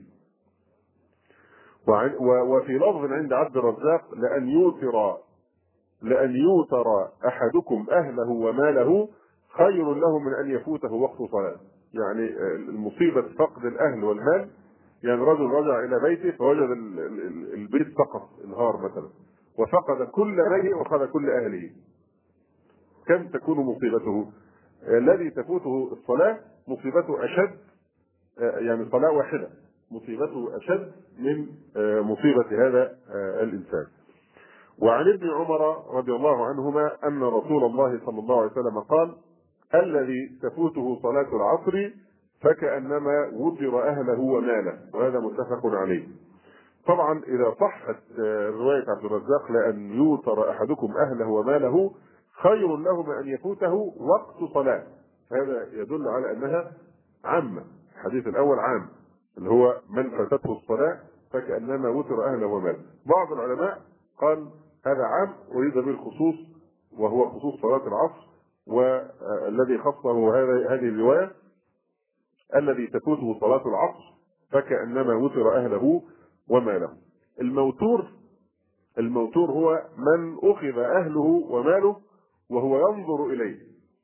وفي لفظ عند عبد الرزاق: لأن يوتر لأن يوتر أحدكم أهله وماله خير له من أن يفوته وقت صلاة. يعني المصيبة فقد الأهل والمال، يعني رجل رجع إلى بيته فوجد البيت سقط انهار مثلا، وفقد كل ماله وأخذ كل أهله، كم تكون مصيبته؟ الذي تفوته الصلاة مصيبته أشد، يعني صلاة واحدة مصيبته أشد من مصيبة هذا الإنسان. وعن ابن عمر رضي الله عنهما أن رسول الله صلى الله عليه وسلم قال: الذي تفوته صلاة العصر فكأنما وتر أهله وماله، وهذا متفق عليه. طبعا إذا صحت رواية عبد الرزاق لأن يوتر أحدكم أهله وماله خير له من أن يفوته وقت صلاة، هذا يدل على أنها عامة. الحديث الأول عام اللي هو من فاتته الصلاة فكأنما وتر أهله وماله. بعض العلماء قال هذا عام أريد به الخصوص، وهو خصوص صلاة العصر، والذي خصه هذه الرواية الذي تفوته صلاة العصر فكأنما وتر أهله وماله. الموتور الموتور هو من أخذ أهله وماله وهو ينظر إليه،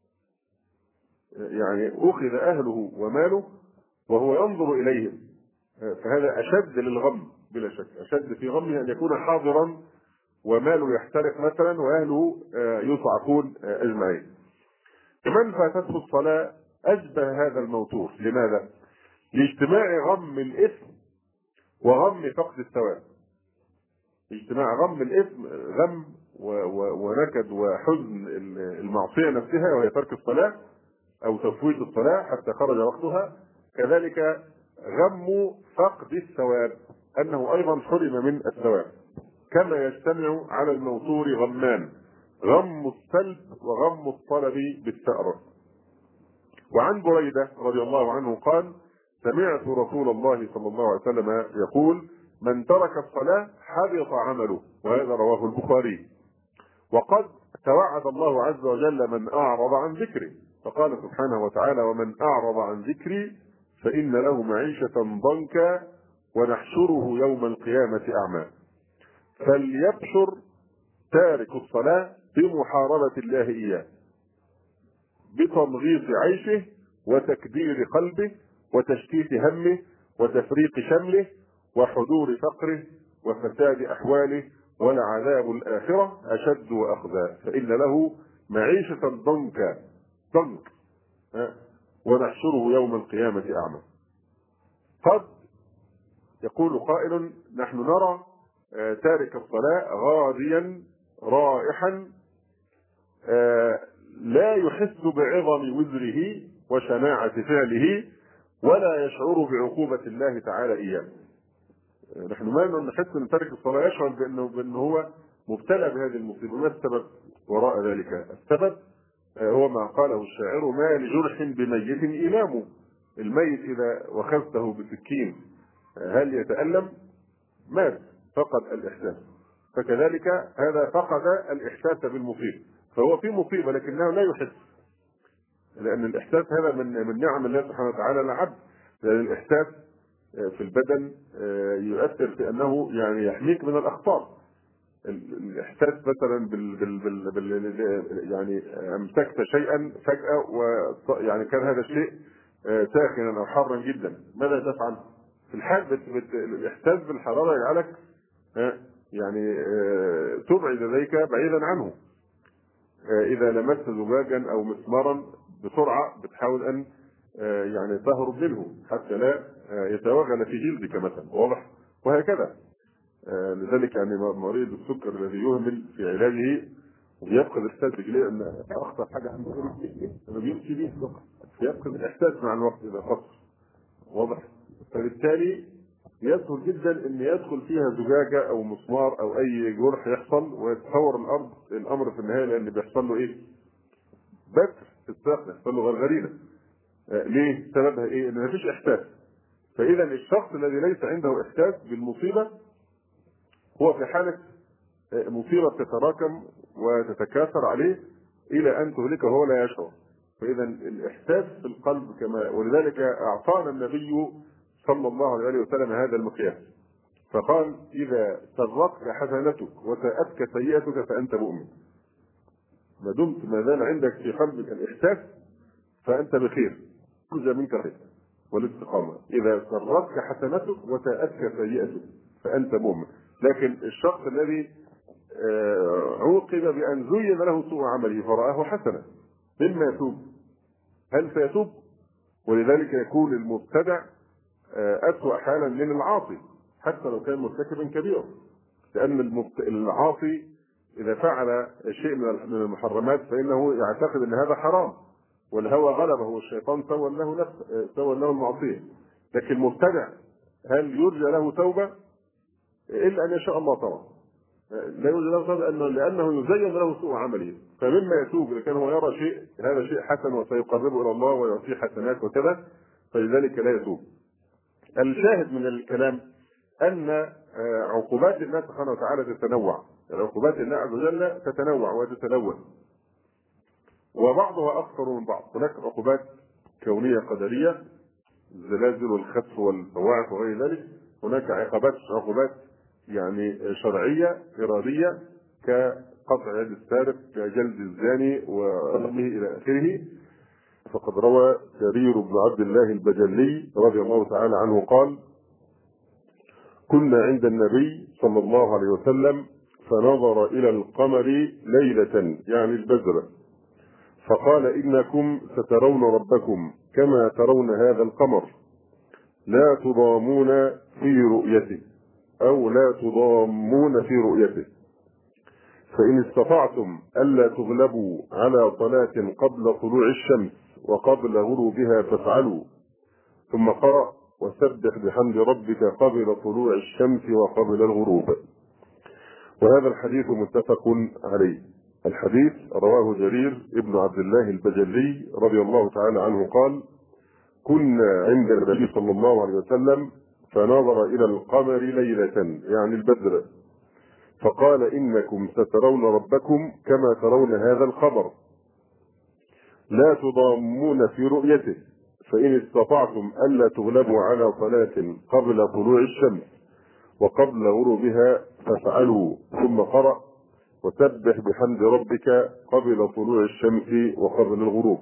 يعني أخذ أهله وماله وهو ينظر إليهم، فهذا أشد للغم بلا شك، أشد في غمه أن يكون حاضرا وماله يحترق مثلا وأهله يصعقون أجمعين. من فاتته الصلاة أشبه هذا الموتور. لماذا؟ لاجتماع غم الإثم وغم فقد الثواب. اجتماع غم الإثم، غم ونكد وحزن المعصية نفسها وهي ترك الصلاة أو تفويت الصلاة حتى خرج وقتها، كذلك غم فقد الثواب أنه أيضا حرم من الثواب، كما يجتمع على الموتور غمان، غم السلب وغم الطلب بالثأر. وعن بريدة رضي الله عنه قال: سمعت رسول الله صلى الله عليه وسلم يقول: من ترك الصلاة حبط عمله، وهذا رواه البخاري. وقد توعد الله عز وجل من أعرض عن ذكري، فقال سبحانه وتعالى: ومن أعرض عن ذكري فإن له معيشة ضنكا ونحشره يوم القيامة أعمى. فليبشر تارك الصلاة بمحاربة الله إياه، بتمغيط عيشه وتكدير قلبه وتشتيت همه وتفريق شمله وحضور فقره وفساد أحواله، ولعذاب الآخرة أشد وأخزى، فإن له معيشة ضنكا ضنك ونحشره يوم القيامة أعمى. قد يقول قائل: نحن نرى تارك الصلاة غاديا رائحا لا يحس بعظم وزره وشناعة فعله ولا يشعر بعقوبة الله تعالى إياه. نحن ما نحس ان تارك الصلاة يشعر بأنه, بأنه هو مبتلى بهذه المصيبة. ما السبب وراء ذلك؟ السبب هو ما قاله الشاعر: ما لجرح بميت إيلام. الميت إذا وخذته بسكين هل يتألم؟ مات، فقد الإحساس. فكذلك هذا فقد الإحساس بالمصيبة، فهو في مصيبة لكنه لا يحس، لأن الإحساس هذا من من نعم الله سبحانه وتعالى على العبد. لأن الإحساس في البدن يؤثر في أنه يعني يحميك من الأخطار. الإحساس مثلا بال بال بال بال يعني أمسكت شيئا فجأة ويعني كان هذا الشيء ساخنا أو حارا جدا، ماذا تفعل؟ في الحال بت بت الإحساس بالحرارة يجعلك يعني تبعد ذلك بعيدا عنه. إذا لمست زجاجا أو مسمارا بسرعة بتحاول أن يعني تهرب منه حتى لا يتوغل في جلدك مثلا، واضح؟ وهكذا. لذلك يعني مريض السكر الذي يهمل في علاجه ويفقد احساس رجليه، ان اخطر حاجه عنده انه بيمشي بيه السكر، يفقد الاحساس مع الوقت اذا قصر، واضح؟ فبالتالي يسهل جدا ان يدخل فيها زجاجه او مسمار او اي جرح يحصل ويتصور الارض الامر في النهايه، لان بيحصل له ايه؟ بتر في الساق، بيحصل له غرغرينه. آه ليه؟ سببها ايه؟ ان مفيش احساس. فاذا الشخص الذي ليس عنده احساس بالمصيبه هو في حالة مصيبة تتراكم وتتكاثر عليه إلى أن تهلكه وهو لا يشعر. فإذا الإحساس في القلب كما، ولذلك أعطانا النبي صلى الله عليه وسلم هذا المقياس، فقال: إذا سرتك حسنتك وساءتك سيئتك فأنت مؤمن. ما دمت ما زال عندك في قلبك الإحساس فأنت بخير، ترجى منك الخير والاستقامة. إذا سرتك حسنتك وساءتك سيئتك فأنت مؤمن. لكن الشخص الذي عوقب بأن زين له سوء عمله فرآه حسنا، مما يتوب؟ هل سيتوب؟ ولذلك يكون المبتدع أسوأ حالا من العاصي حتى لو كان مرتكبا كبيرا، لأن العاصي إذا فعل شيء من المحرمات فإنه يعتقد أن هذا حرام، والهوى غلبه والشيطان سول له نفسه، سول له المعصية. لكن المبتدع هل يرجى له توبة؟ الا ان يشاء الله طبعا. لا يوجد له سبب لانه لانه يزين له سوء عمله، فمما يتوب اذا كان هو يرى شيء هذا شيء حسن وسيقربه الى الله ويعطيه حسنات وكذا، فلذلك لا يتوب. الشاهد من الكلام ان عقوبات الله سبحانه وتعالى تتنوع، عقوبات الله عز وجل تتنوع وتتلون، وبعضها اكثر من بعض. هناك عقوبات كونيه قدريه، الزلازل والخسف والبواعث وغير ذلك. هناك عقوبات عقوبات يعني شرعيه اراديه كقطع يد السارق، كجلد الزاني ورميه الى اخره. فقد روى جرير بن عبد الله البجلي رضي الله تعالى عنه قال: كنا عند النبي صلى الله عليه وسلم فنظر الى القمر ليله يعني البدر، فقال: انكم سترون ربكم كما ترون هذا القمر، لا تضامون في رؤيته، او لا تضامون في رؤيته، فان استطعتم الا تغلبوا على صلاة قبل طلوع الشمس وقبل غروبها فافعلوا. ثم قرأ: وسبح بحمد ربك قبل طلوع الشمس وقبل الغروب. وهذا الحديث متفق عليه. الحديث رواه جرير ابن عبد الله البجلي رضي الله تعالى عنه قال: كنا عند النبي صلى الله عليه وسلم فنظر الى القمر ليلة يعني البدر، فقال: انكم سترون ربكم كما ترون هذا القمر، لا تضامون في رؤيته، فان استطعتم الا تغلبوا على صلاة قبل طلوع الشمس وقبل غروبها فافعلوا. ثم قرأ: وسبح بحمد ربك قبل طلوع الشمس وقبل الغروب.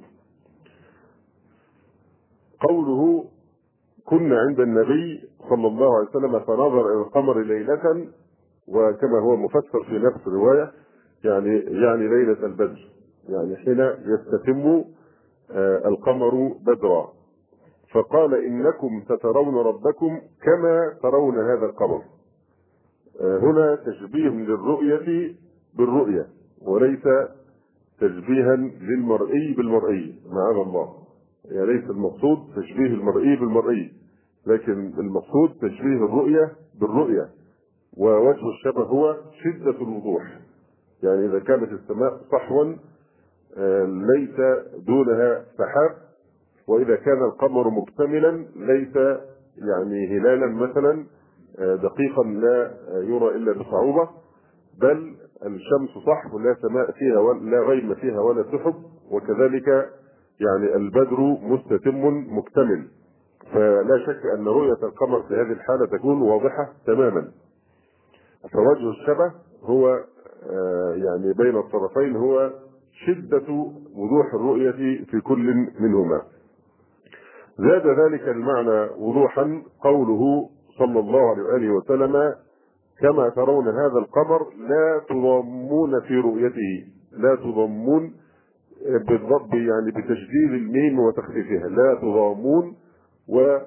قوله كنا عند النبي صلى الله عليه وسلم فنظر الى القمر ليلة، وكما هو مفسر في نفس الرواية يعني يعني ليلة البدر، يعني حين يستتم القمر بدرا. فقال: انكم سترون ربكم كما ترون هذا القمر. هنا تشبيه للرؤية بالرؤية، وليس تشبيها للمرئي بالمرئي، معاذ الله. يعني ليس المقصود تشبيه المرئي بالمرئي، لكن المقصود تشبيه الرؤية بالرؤية. ووجه الشبه هو شدة الوضوح، يعني إذا كانت السماء صحوا ليس دونها سحاب، وإذا كان القمر مكتملا ليس يعني هلالا مثلا دقيقا لا يرى إلا بصعوبة، بل الشمس صح ولا سماء فيها ولا غيم فيها ولا سحب، وكذلك يعني البدر مستتم مكتمل. فلا شك أن رؤية القمر في هذه الحالة تكون واضحة تماما. فوجه الشبه هو يعني بين الطرفين هو شدة وضوح الرؤية في كل منهما. زاد ذلك المعنى وضوحا قوله صلى الله عليه وآله وسلم: كما ترون هذا القمر لا تضامون في رؤيته. لا تضامون بالضبط يعني بتشديد الميم وتخفيفها، لا تضامون ولا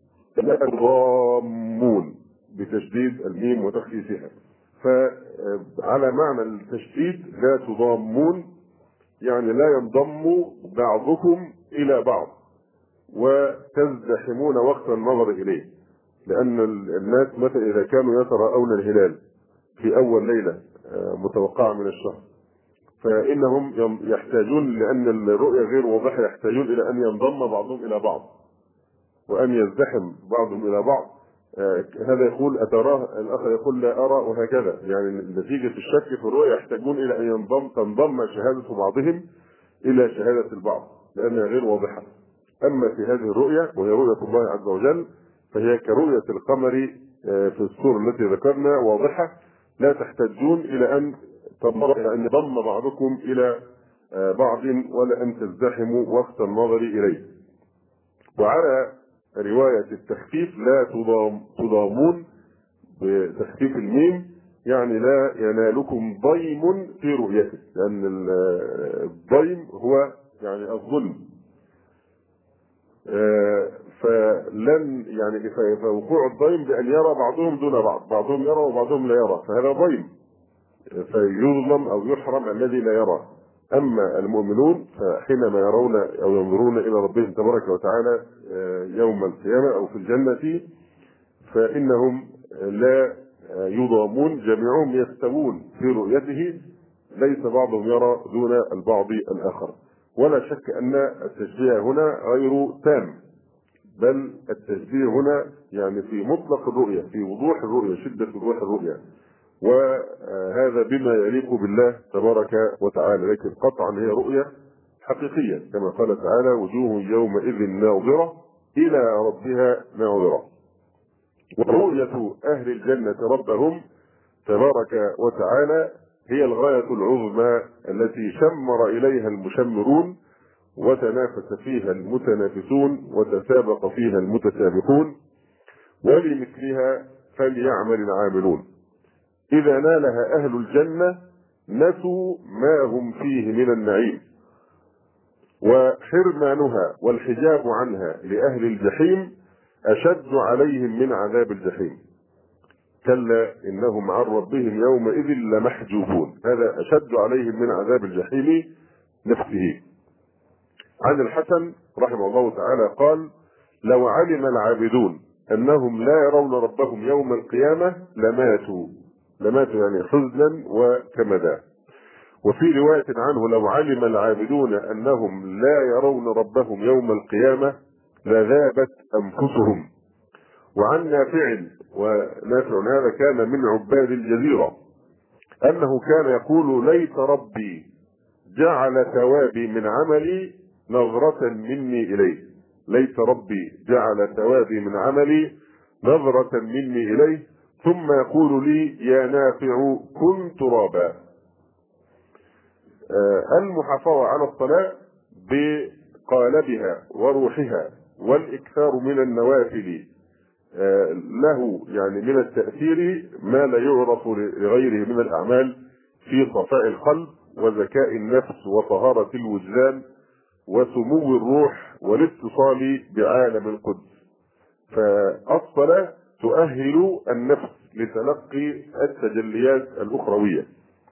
تضامون بتشديد الميم وتخفيفها. فعلى معنى التشديد لا تضامون يعني لا ينضم بعضكم الى بعض وتزدحمون وقت النظر اليه، لان الناس مثلا اذا كانوا يتراءون الهلال في اول ليله متوقعه من الشهر، فانهم يحتاجون لان الرؤيه غير واضحه يحتاجون الى ان ينضم بعضهم الى بعض وان يزدحم بعضهم الى بعض. هذا يقول اتراه، الاخر يقول لا ارى، وهكذا. يعني نتيجه الشك في الرؤيه يحتاجون الى ان ينضم تنضم شهاده بعضهم الى شهاده البعض لانها غير واضحه. اما في هذه الرؤيه وهي رؤيه الله عز وجل فهي كرؤيه القمر في الصوره التي ذكرنا واضحه، لا تحتاجون الى ان ان ينضم بعضكم الى بعض ولا ان تزدحموا وقت النظر اليه. وعلى روايه التخفيف لا تضام تضامون بتخفيف الميم يعني لا ينالكم ضيم في رؤيته، لان الضيم هو يعني الظلم. فلن يعني فوقوع الضيم بان يرى بعضهم دون بعض، بعضهم يرى وبعضهم لا يرى، فهذا ضيم فيظلم او يحرم الذي لا يرى. اما المؤمنون فحينما يرون او ينظرون الى ربهم تبارك وتعالى يوم القيامه او في الجنه فانهم لا يضامون، جميعهم يستوون في رؤيته، ليس بعضهم يرى دون البعض الآخر. ولا شك أن التشبيه هنا غير تام، بل التشبيه هنا يعني في مطلق الرؤية، في وضوح الرؤية، شدة وضوح الرؤية، وهذا بما يليق بالله تبارك وتعالى. لكن قطعا هي رؤية حقيقية كما قال تعالى: وجوه يومئذ ناظرة إلى ربها ناظرة. ورؤية أهل الجنة ربهم تبارك وتعالى هي الغاية العظمى التي شمر إليها المشمرون، وتنافس فيها المتنافسون، وتسابق فيها المتسابقون، ولمثلها فليعمل العاملون. إذا نالها أهل الجنة نسوا ما هم فيه من النعيم، وحرمانها والحجاب عنها لأهل الجحيم أشد عليهم من عذاب الجحيم. كلا إنهم عن ربهم يومئذ لمحجوبون، هذا أشد عليهم من عذاب الجحيم نفسه. عن الحسن رحمه الله تعالى قال: لو علم العابدون أنهم لا يرون ربهم يوم القيامة لماتوا. لماتوا يعني حزنا وكمدا. وفي رواية عنه: لو علم العابدون أنهم لا يرون ربهم يوم القيامة لذابت أنفسهم. وعن نافع، ونافع هذا كان من عباد الجزيرة، أنه كان يقول: ليت ربي جعل ثوابي من عملي نظرة مني إليه. ليت ربي جعل ثوابي من عملي نظرة مني إليه، ثم يقول لي: يا نافع كن ترابا. آه المحافظة على الصلاة بقالبها وروحها والإكثار من النوافل آه له يعني من التأثير ما لا يعرف لغيره من الأعمال في صفاء القلب وذكاء النفس وطهارة الوجدان وسمو الروح والاتصال بعالم القدس. فالصلاة تؤهل النفس لتلقي التجليات الأخروية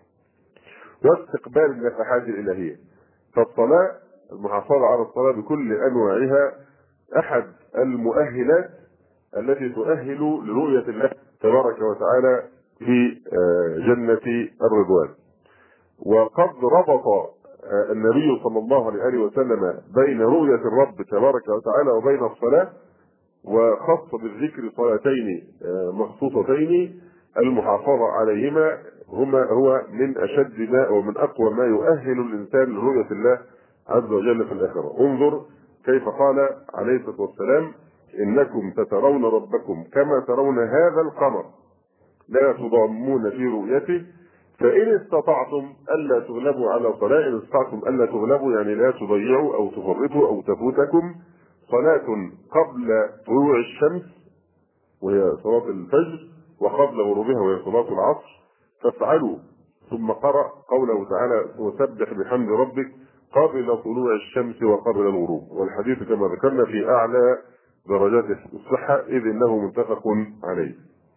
واستقبال النفحات الإلهية. فالصلاة، المحافظة على الصلاة بكل أنواعها، أحد المؤهلات التي تؤهل لرؤية الله تبارك وتعالى في جنة الرضوان. وقد ربط النبي صلى الله عليه وسلم بين رؤية الرب تبارك وتعالى وبين الصلاة، وخص بالذكر صلاتين مخصوصتين المحافظة عليهما هما هو من أشد ما ومن أقوى ما يؤهل الإنسان لرؤية الله عز وجل في الآخرة. انظر كيف قال عليه الصلاة والسلام: إنكم سترون ربكم كما ترون هذا القمر لا تضامون في رؤيته، فإن استطعتم ألا تغلبوا على صلاة، إن استطعتم ألا تغلبوا يعني لا تضيعوا أو تفرطوا أو تفوتكم صلاة قبل طلوع الشمس وهي صلاة الفجر، وقبل غروبها وهي صلاة العصر، فافعلوا. ثم قرأ قوله تعالى: وسبح بحمد ربك قبل طلوع الشمس وقبل الغروب. والحديث كما ذكرنا في أعلى درجات الصحة إذ إنه متفق عليه.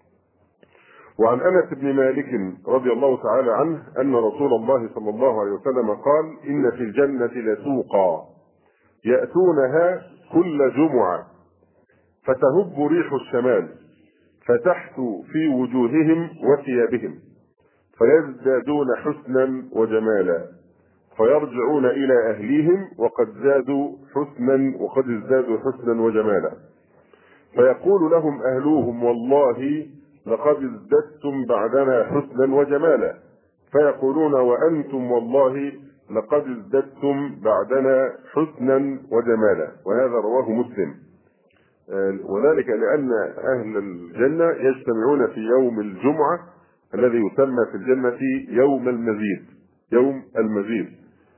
وعن أنس بن مالك رضي الله تعالى عنه أن رسول الله صلى الله عليه وسلم قال: إن في الجنة لسوقا يأتونها كل جمعة فتهب ريح الشمال فتحثو في وجوههم وثيابهم فيزدادون حسنا وجمالا، فيرجعون إلى أهليهم وقد زادوا حسنا وقد ازدادوا حسنا وجمالا، فيقول لهم أهلوهم: والله لقد ازددتم بعدنا حسنا وجمالا، فيقولون: وأنتم والله لقد ازددتم بعدنا حسنا وجمالا. وهذا رواه مسلم. وذلك لأن أهل الجنة يجتمعون في يوم الجمعة الذي يسمى في الجنة يوم المزيد. يوم المزيد.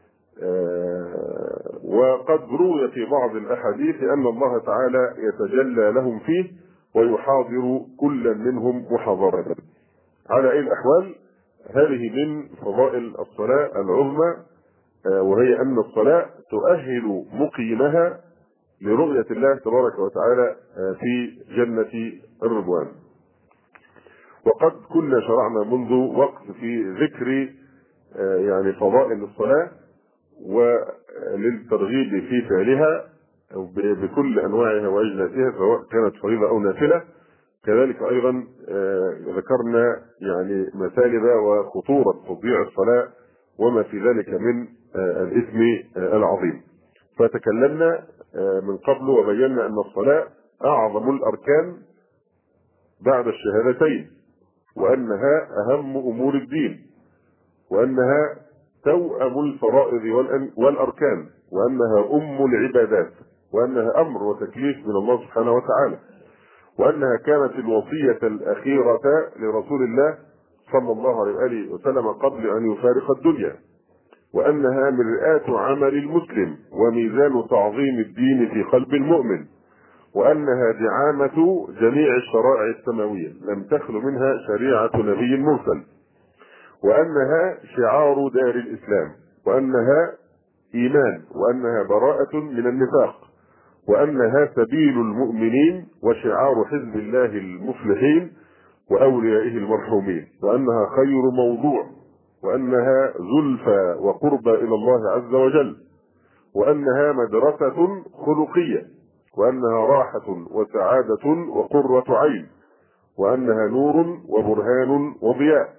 وقد روي في بعض الأحاديث أن الله تعالى يتجلى لهم فيه ويحاضر كل منهم محاضرة. على أي الأحوال هذه من فضائل الصلاة العظمى، وهي أن الصلاة تؤهل مقيمها لرؤية الله تبارك وتعالى في جنة الرضوان. وقد كنا شرعنا منذ وقت في ذكر يعني فضائل الصلاة وللترغيب في فعلها بكل أنواعها وأجناسها سواء كانت فريضة أو نافلة، كذلك ايضا ذكرنا يعني مسالب وخطوره تضييع الصلاه وما في ذلك من الاثم العظيم. فتكلمنا من قبل وبينا ان الصلاه اعظم الاركان بعد الشهادتين، وانها اهم امور الدين، وانها توأم الفرائض والاركان، وانها ام العبادات، وانها امر وتكليف من الله سبحانه وتعالى، وانها كانت الوصيه الاخيره لرسول الله صلى الله عليه واله وسلم قبل ان يفارق الدنيا، وانها مرآة عمل المسلم وميزان تعظيم الدين في قلب المؤمن، وانها دعامه جميع الشرائع السماويه لم تخل منها شريعه نبي مرسل، وانها شعار دار الاسلام، وانها ايمان، وانها براءه من النفاق، وانها سبيل المؤمنين وشعار حزب الله المفلحين واوليائه المرحومين، وانها خير موضوع، وانها زلفى وقربى الى الله عز وجل، وانها مدرسه خلقيه، وانها راحه وسعاده وقره عين، وانها نور وبرهان وضياء،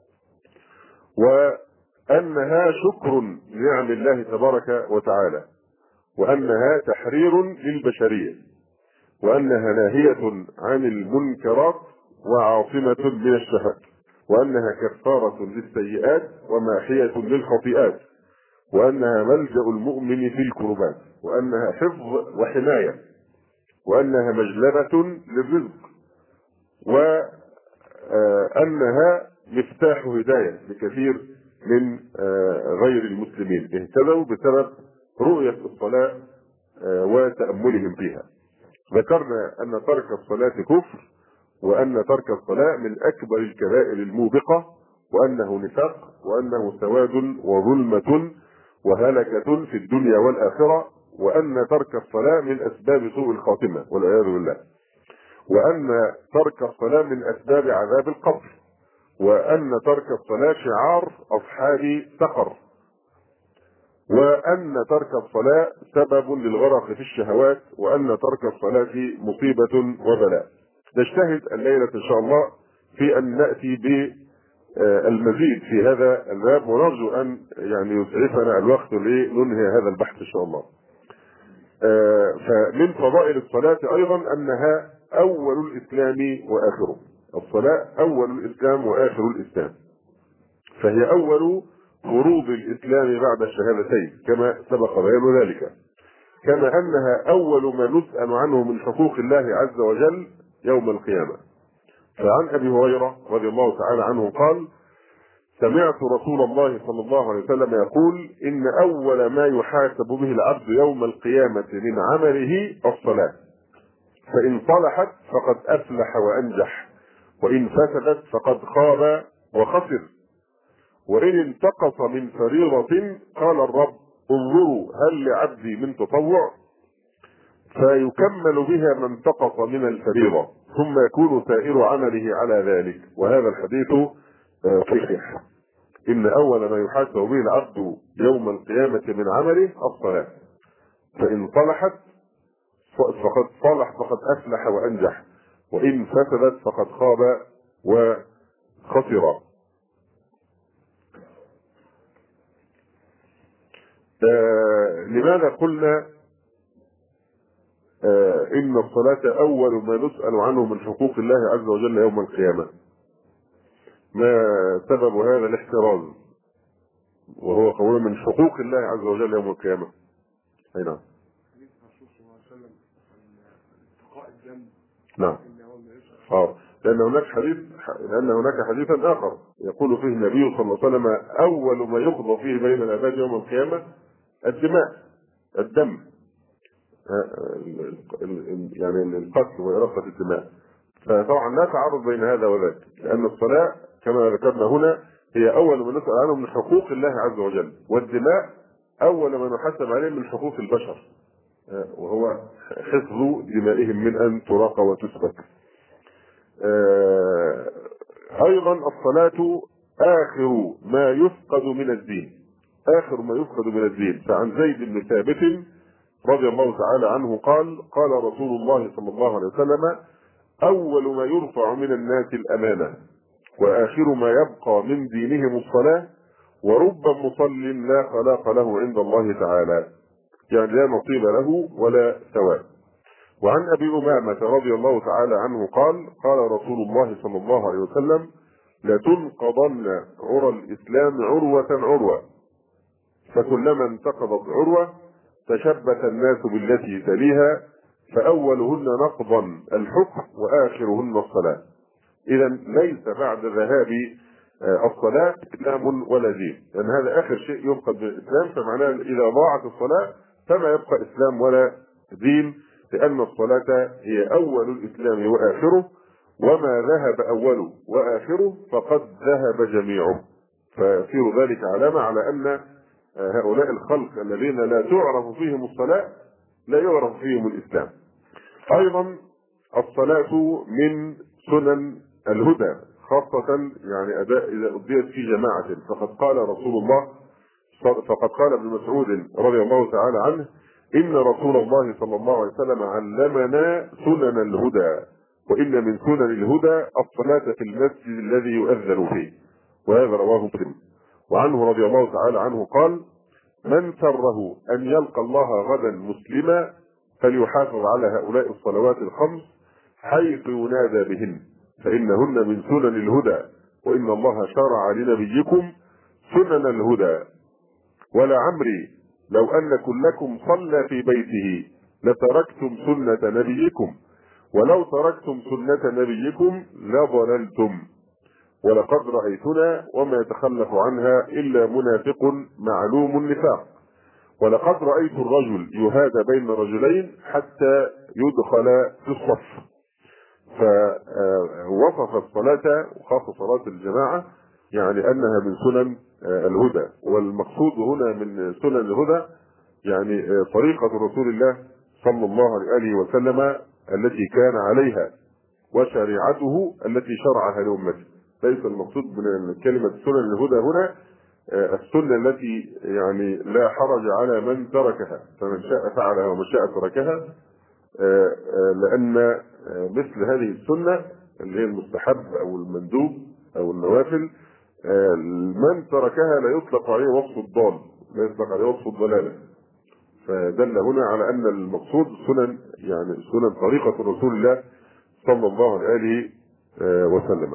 وانها شكر لنعم الله تبارك وتعالى، وانها تحرير للبشريه، وانها ناهيه عن المنكرات وعاصمه من الشهوات، وانها كفاره للسيئات وماحيه للخطيئات، وانها ملجأ المؤمن في الكربات، وانها حفظ وحمايه، وانها مجلبه للرزق، وانها مفتاح هدايه لكثير من غير المسلمين اهتدوا بسبب رؤيه الصلاه وتاملهم فيها. ذكرنا ان ترك الصلاه كفر، وان ترك الصلاه من اكبر الكبائر الموبقه، وانه نفاق، وانه سواد وظلمه وهلكه في الدنيا والاخره، وان ترك الصلاه من اسباب سوء الخاتمه والعياذ بالله، وان ترك الصلاه من اسباب عذاب القبر، وان ترك الصلاه شعار اصحاب سقر، وان ترك الصلاه سبب للغرق في الشهوات، وان ترك الصلاه مصيبه وبلاء. نجتهد الليله ان شاء الله في ان ناتي بالمزيد في هذا الباب، ونرجو ان يعني يسعفنا الوقت لننهي هذا البحث ان شاء الله. فمن فضائل الصلاه ايضا انها اول الاسلام واخره. الصلاه اول الاسلام واخر الاسلام، فهي اول فروض الاسلام بعد الشهادتين كما سبق بيان ذلك، كما انها اول ما نسأل عنه من حقوق الله عز وجل يوم القيامه. فعن ابي هريره رضي الله تعالى عنه قال: سمعت رسول الله صلى الله عليه وسلم يقول: ان اول ما يحاسب به العبد يوم القيامه من عمله الصلاه، فان صلحت فقد افلح وانجح، وان فسدت فقد خاب وخسر، وإن انتقص من فريضة قال الرب: انظروا هل لعبدي من تطوع، فيكمل بها ما انتقص من الفريضة، ثم يكون سائر عمله على ذلك. وهذا الحديث صحيح. إن أول ما يحاسب به العبد يوم القيامة من عمله الصلاة، فإن صلحت فقد صلح فقد أفلح وأنجح، وإن فسدت فقد خاب وخسر. آه لماذا قلنا آه إن الصلاة أول ما نسأل عنه من حقوق الله عز وجل يوم القيامة؟ ما سبب هذا الاحتراز؟ وهو قول من حقوق الله عز وجل يوم القيامة. أي نعم. نعم. اه لأن هناك حديث لأن هناك حديثا آخر يقول فيه النبي صلى الله عليه وسلم: أول ما يقضى فيه بين العباد يوم القيامة الدماء، الدم، يعني القتل وإراقة الدماء. فطبعا لا تعارض بين هذا وذاك، لأن الصلاة كما ذكرنا هنا هي أول ما نسأل عنه من حقوق الله عز وجل، والدماء أول ما نحاسب عليه من حقوق البشر، وهو حفظ دمائهم من أن تراق وتسفك. أيضا الصلاة آخر ما يفقد من الدين، آخر ما يفقد من الدين. فعن زيد بن ثابت رضي الله تعالى عنه قال: قال رسول الله صلى الله عليه وسلم: أول ما يرفع من الناس الأمانة، وآخر ما يبقى من دينهم الصلاة، ورب مصل لا خلاق له عند الله تعالى، يعني لا نصيب له ولا ثواب. وعن أبي أمامة رضي الله تعالى عنه قال: قال رسول الله صلى الله عليه وسلم: لتنقضن عرى الإسلام عروة عروة، فكلما انتقضت عروة تشبث الناس بالتي تليها، فأولهن نقضا الحكم وآخرهن الصلاة. إذا ليس بعد ذهاب الصلاة إسلام ولا دين، لأن هذا آخر شيء يفقد من الإسلام، فمعناه إذا ضاعت الصلاة فما يبقى إسلام ولا دين، لأن الصلاة هي أول الإسلام وآخره، وما ذهب أوله وآخره فقد ذهب جميعه. فيصير ذلك علامة على أن هؤلاء الخلق الذين لا تعرف فيهم الصلاة لا يعرف فيهم الإسلام. أيضا الصلاة من سنن الهدى، خاصة يعني أداء إذا أديت في جماعة، فقد قال رسول الله فقد قال ابن مسعود رضي الله تعالى عنه: إن رسول الله صلى الله عليه وسلم علمنا سنن الهدى، وإن من سنن الهدى الصلاة في المسجد الذي يؤذن فيه، وهذا رواه مسلم. وعنه رضي الله تعالى عنه قال: من سره أن يلقى الله غدا مسلما فليحافظ على هؤلاء الصلوات الخمس حيث ينادى بهن، فإنهن من سنن الهدى، وإن الله شرع لنبيكم سنن الهدى. ولعمري لو أن كلكم صلى في بيته لتركتم سنة نبيكم، ولو تركتم سنة نبيكم لضللتم، ولقد رأيتنا وما يتخلف عنها إلا منافق معلوم النفاق، ولقد رأيت الرجل يهادى بين رجلين حتى يدخل في الصف. فوصف الصلاة وخاصة صلاة الجماعة يعني أنها من سنن الهدى، والمقصود هنا من سنن الهدى يعني طريقة رسول الله صلى الله عليه وسلم التي كان عليها، وشريعته التي شرعها لأمته. ليس المقصود من كلمة سنن الهدى هنا السنة التي يعني لا حرج على من تركها، فمن شاء فعلها ومن شاء تركها، لأن مثل هذه السنة اللي هي المستحب أو المندوب أو النوافل من تركها لا يطلق عليه وصف الضال، لا يطلق عليه وصف الضلالة. فدل هنا على أن المقصود سنن يعني سنن طريقة رسول الله صلى الله عليه وسلم.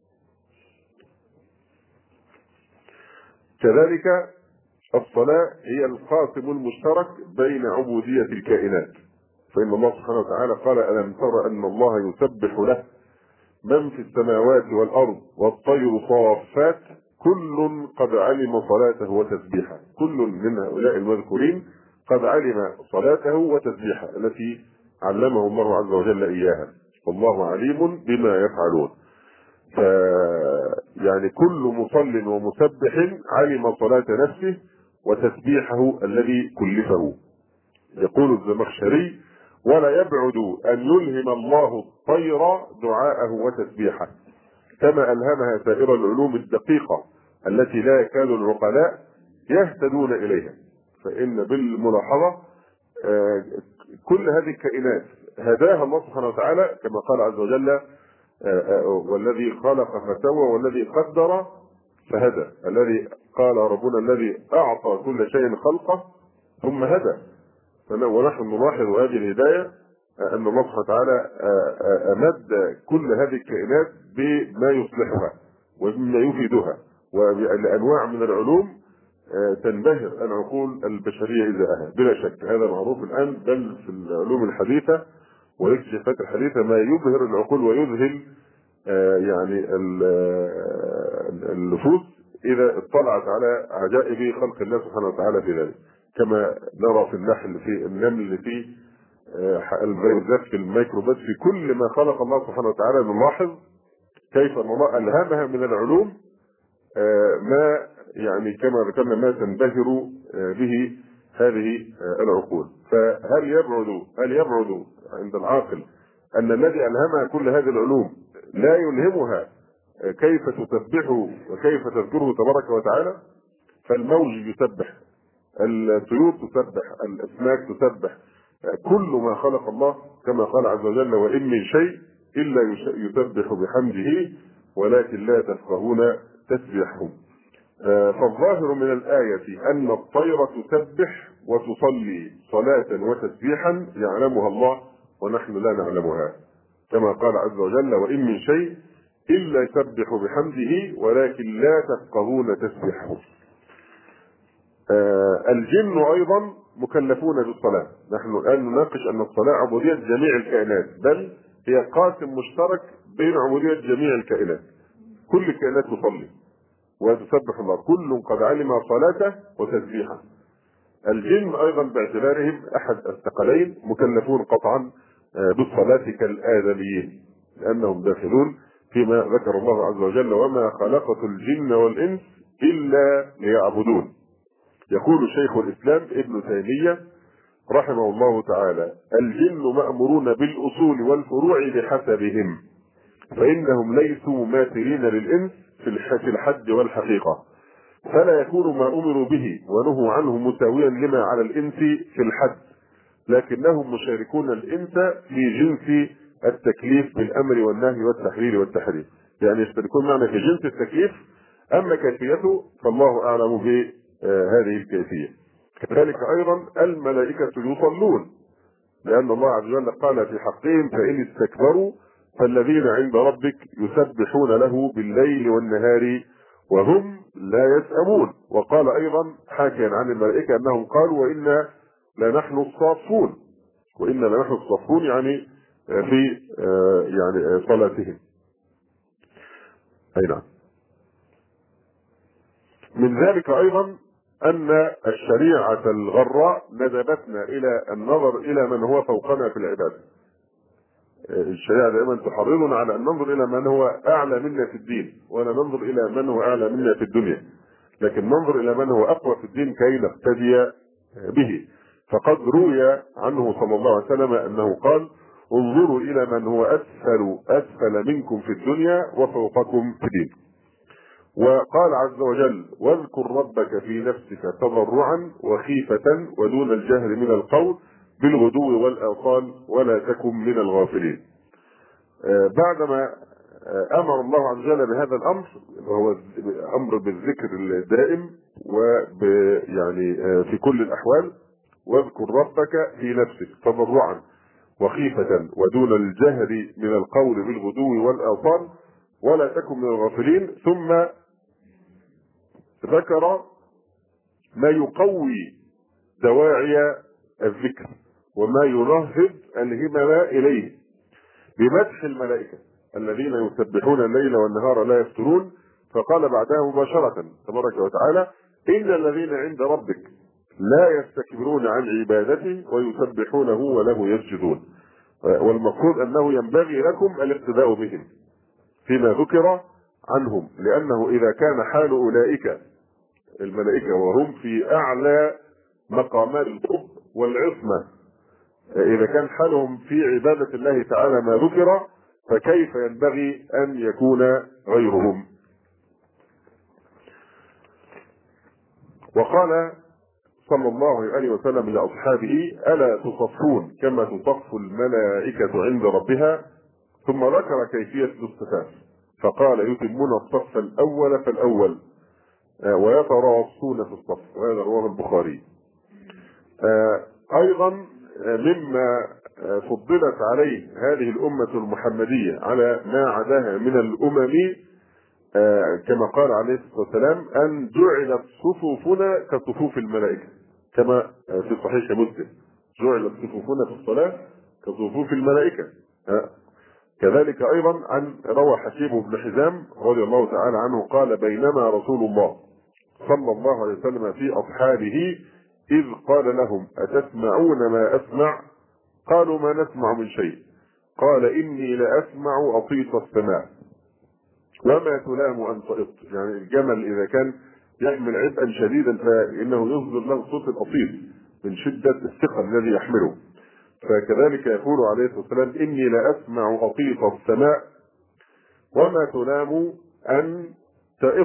كذلك الصلاة هي القاسم المشترك بين عبودية الكائنات، فإن الله سبحانه وتعالى قال: ألم تر أن الله يسبح له من في السماوات والأرض والطير صافات كل قد علم صلاته وتسبيحه. كل من هؤلاء المذكورين قد علم صلاته وتسبيحه التي علمه الله عز وجل إياها، والله عليم بما يفعلون. ف يعني كل مصل ومسبح علم صلاة نفسه وتسبيحه الذي كلفه. يقول الزمخشري: ولا يبعد أن يلهم الله الطير دعاءه وتسبيحه كما ألهمها سائر العلوم الدقيقة التي لا يكاد العقلاء يهتدون إليها. فإن بالملاحظة كل هذه الكائنات هداها الله سبحانه وتعالى، كما قال عز وجل: والذي خلق فسوى والذي قدر فهدى. الذي قال ربنا الذي أعطى كل شيء خلقه ثم هدى. ونحن نلاحظ هذه الهداية أن الله سبحانه وتعالى أمد كل هذه الكائنات بما يصلحها وبما يفيدها وبأنواع من العلوم تنبهر العقول البشرية إزاءها بلا شك. هذا معروف الآن، بل في العلوم الحديثة والاكتشافات الحديثة ما يبهر العقول ويذهل يعني النفوس إذا اطلعت على عجائب خلق الله سبحانه وتعالى في ذلك، كما نرى في النحل، في النمل، في الفيروسات، في الميكروبات، في كل ما خلق الله سبحانه وتعالى نلاحظ كيف الله ألهمها من العلوم ما يعني كما ذكرنا ما تنبهر به هذه العقول. فهل يبعد هل يبعد عند العاقل أن الذي ألهمها كل هذه العلوم لا يلهمها كيف تسبحه وكيف تذكره تبارك وتعالى؟ فالموج يسبح، الطيور تسبح، الأسماك تسبح، كل ما خلق الله كما قال عز وجل: وإن من شيء إلا يسبح بحمده ولكن لا تفقهون تسبيحهم. فالظاهر من الآية أن الطير تسبح وتصلي صلاة وتسبيحا يعلمها الله ونحن لا نعلمها، كما قال عز وجل: وإن من شيء إلا يسبح بحمده ولكن لا تفقهون تسبيحهم. آه الجن أيضا مكلفون بالصلاة. نحن الآن نناقش أن الصلاة عبودية جميع الكائنات، بل هي قاسم مشترك بين عبودية جميع الكائنات. كل الكائنات تصلي وتسبح الله، كل قد علم صلاته وتسبيحه. الجن أيضا باعتبارهم أحد الثقلين مكلفون قطعا بالصلاة كالآدميين، لأنهم داخلون فيما ذكر الله عز وجل: وما خلقت الجن والإنس إلا ليعبدون. يقول شيخ الإسلام ابن تيمية رحمه الله تعالى: الجن مأمورون بالأصول والفروع بحسبهم، فإنهم ليسوا مماثلين للإنس في الحد والحقيقة، فلا يكون ما أمروا به ونهوا عنه مساويا لما على الإنس في الحد، لكنهم مشاركون الإنس في جنس التكليف بالأمر والنهي والتحليل والتحريم. يعني يشتركون معنا في جنس التكليف، أما كيفيته فالله أعلم بهذه الكيفية. كذلك أيضا الملائكة يصلون، لأن الله عز وجل قال في حقهم: فإن استكبروا فالذين عند ربك يسبحون له بالليل والنهار وهم لا يسأمون. وقال أيضا حاكيا عن الملائكة أنهم قالوا: وإنا لنحن الصافون، وإنا لنحن الصافون يعني في يعني صلاتهم. أي نعم. من ذلك أيضا أن الشريعة الغراء ندبتنا إلى النظر إلى من هو فوقنا في العبادة. الشريعة دائما تحرضنا على أن ننظر إلى من هو أعلى منا في الدين، ولا ننظر إلى من هو أعلى منا في الدنيا، لكن ننظر إلى من هو أقوى في الدين كي نقتدي به. فقد روي عنه صلى الله عليه وسلم أنه قال: انظروا إلى من هو أسفل أسفل منكم في الدنيا وفوقكم في الدين. وقال عز وجل: واذكر ربك في نفسك تضرعا وخيفة ودون الجهر من القول بالغدو والآصال ولا تكن من الغافلين. آه بعدما آه امر الله عز وجل بهذا الامر، وهو امر بالذكر الدائم وب يعني آه في كل الاحوال: واذكر ربك في نفسك تضرعا وخيفة ودون الجهر من القول بالغدو والآصال ولا تكن من الغافلين. ثم ذكر ما يقوي دواعي الذكر وما ينهض الهمم إليه بمدح الملائكة الذين يسبحون الليل والنهار لا يفترون، فقال بعدها مباشرة تبارك وتعالى: إن الذين عند ربك لا يستكبرون عن عبادته ويسبحونه وله يسجدون. والمقصود أنه ينبغي لكم الاقتداء بهم فيما ذكر عنهم، لأنه إذا كان حال أولئك الملائكة وهم في أعلى مقامات القرب والعصمة، إذا كان حالهم في عبادة الله تعالى ما ذكر، فكيف ينبغي أن يكون غيرهم؟ وقال صلى الله عليه وسلم لأصحابه: ألا تصفون كما تصف الملائكة عند ربها؟ ثم ذكر كيفية الاصطفاف فقال: يتمون الصف الأول فالأول ويتراصون في الصف. وهذا رواه البخاري. أيضا مما فضلت عليه هذه الأمة المحمدية على ما عداها من الأمم، كما قال عليه الصلاة والسلام: أن جعلت صفوفنا كصفوف الملائكة، كما في صحيح مسلم: جعلت صفوفنا في الصلاة كصفوف الملائكة. كذلك أيضا عن روى حكيم بن حزام رضي الله تعالى عنه قال: بينما رسول الله صلى الله عليه وسلم في أصحابه إذ قال لهم: أتسمعون ما أسمع؟ قالوا: ما نسمع من شيء. قال: إني لأسمع أطيط السماء وما تلام أن تئط. يعني الجمل إذا كان يحمل عبئا شديدا فإنه يصدر له صوت الأطيط من شدة الثقل الذي يحمله. فكذلك يقول عليه الصلاة والسلام: إني لأسمع أطيط السماء وما تلام أن تئط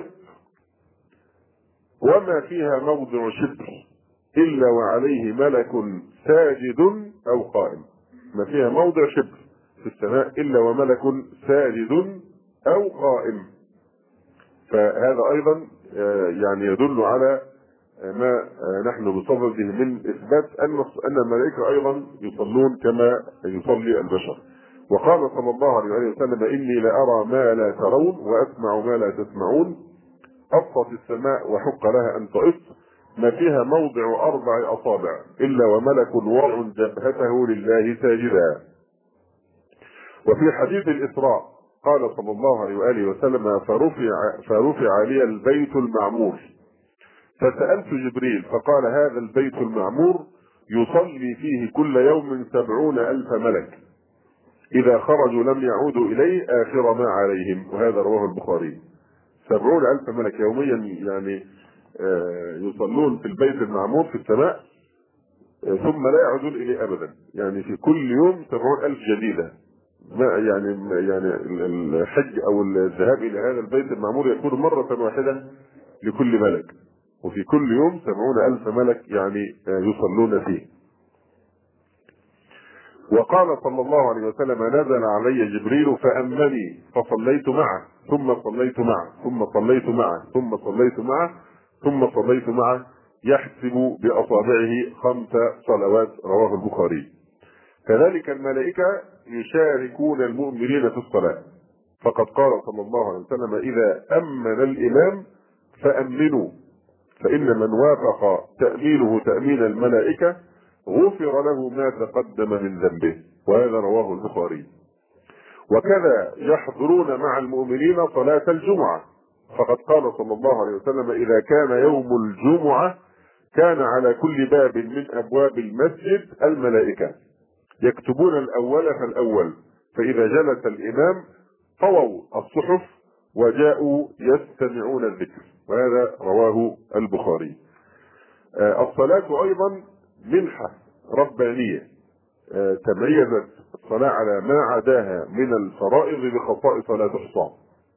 وما فيها موضع شبر إلا وعليه ملك ساجد أو قائم. ما فيها موضع شبر في السماء إلا وملك ساجد أو قائم. فهذا أيضا يعني يدل على ما نحن بصدده من إثبات أن أن الملائكة أيضا يصلون كما يصلي البشر. وقال صلى الله عليه وسلم: إني لأرى ما لا ترون وأسمع ما لا تسمعون. أطت السماء وحق لها أن تئط، ما فيها موضع أربع أصابع إلا وملك واضع جبهته لله ساجدا. وفي حديث الإسراء قال صلى الله عليه وآله وسلم: فرفع, فرفع لي البيت المعمور فسألت جبريل فقال: هذا البيت المعمور يصلي فيه كل يوم سبعون ألف ملك، إذا خرجوا لم يعودوا إليه آخر ما عليهم. وهذا رواه البخاري. سبعون ألف ملك يوميا يعني يصلون في البيت المعمور في السماء ثم لا يعودون إليه أبدا. يعني في كل يوم سبعون ألف جديدة. ما يعني يعني الحج أو الذهاب إلى هذا البيت المعمور يكون مرة واحدة لكل ملك، وفي كل يوم سبعون ألف ملك يعني يصلون فيه. وقال صلى الله عليه وسلم: نزل علي جبريل فأمني فصليت معه ثم صليت معه ثم صليت معه ثم صليت معه ثم صليت معه يحسب بأصابعه خمس صلوات. رواه البخاري. كذلك الملائكة يشاركون المؤمنين في الصلاة، فقد قال صلى الله عليه وسلم: إذا أمن الإمام فأمنوا، فإن من وافق تأمينه تأمين الملائكة غفر له ما تقدم من ذنبه. وهذا رواه البخاري. وكذا يحضرون مع المؤمنين صلاة الجمعة، فقد قال صلى الله عليه وسلم: إذا كان يوم الجمعة كان على كل باب من أبواب المسجد الملائكة يكتبون الأول فالأول، فإذا جلس الإمام طووا الصحف وجاءوا يستمعون الذكر. وهذا رواه البخاري. الصلاة أيضا منحة ربانية تميزت الصلاة على ما عداها من الفرائض بخصائص لا تحصى،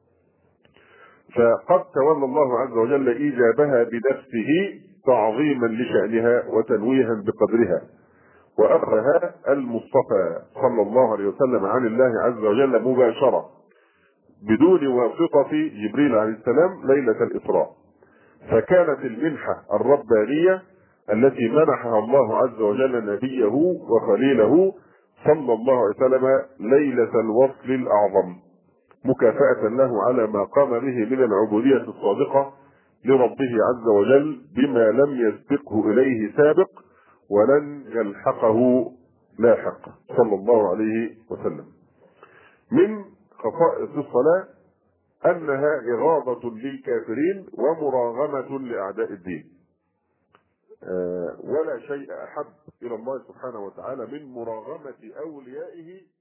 فقد تولى الله عز وجل إيجابها بنفسه تعظيما لشأنها وتنويها بقدرها، وأخذها المصطفى صلى الله عليه وسلم عن الله عز وجل مباشرة بدون واسطة جبريل عليه السلام ليلة الإسراء. فكانت المنحة الربانية التي منحها الله عز وجل نبيه وخليله صلى الله عليه وسلم ليلة الوصل الأعظم، مكافأة له على ما قام به من العبودية الصادقة لربه عز وجل بما لم يسبقه إليه سابق ولن يلحقه لاحق صلى الله عليه وسلم. من خصائص الصلاة أنها إغاظة للكافرين ومراغمة لأعداء الدين. أه ولا شيء أحب إلى الله سبحانه وتعالى من مراغمة أوليائه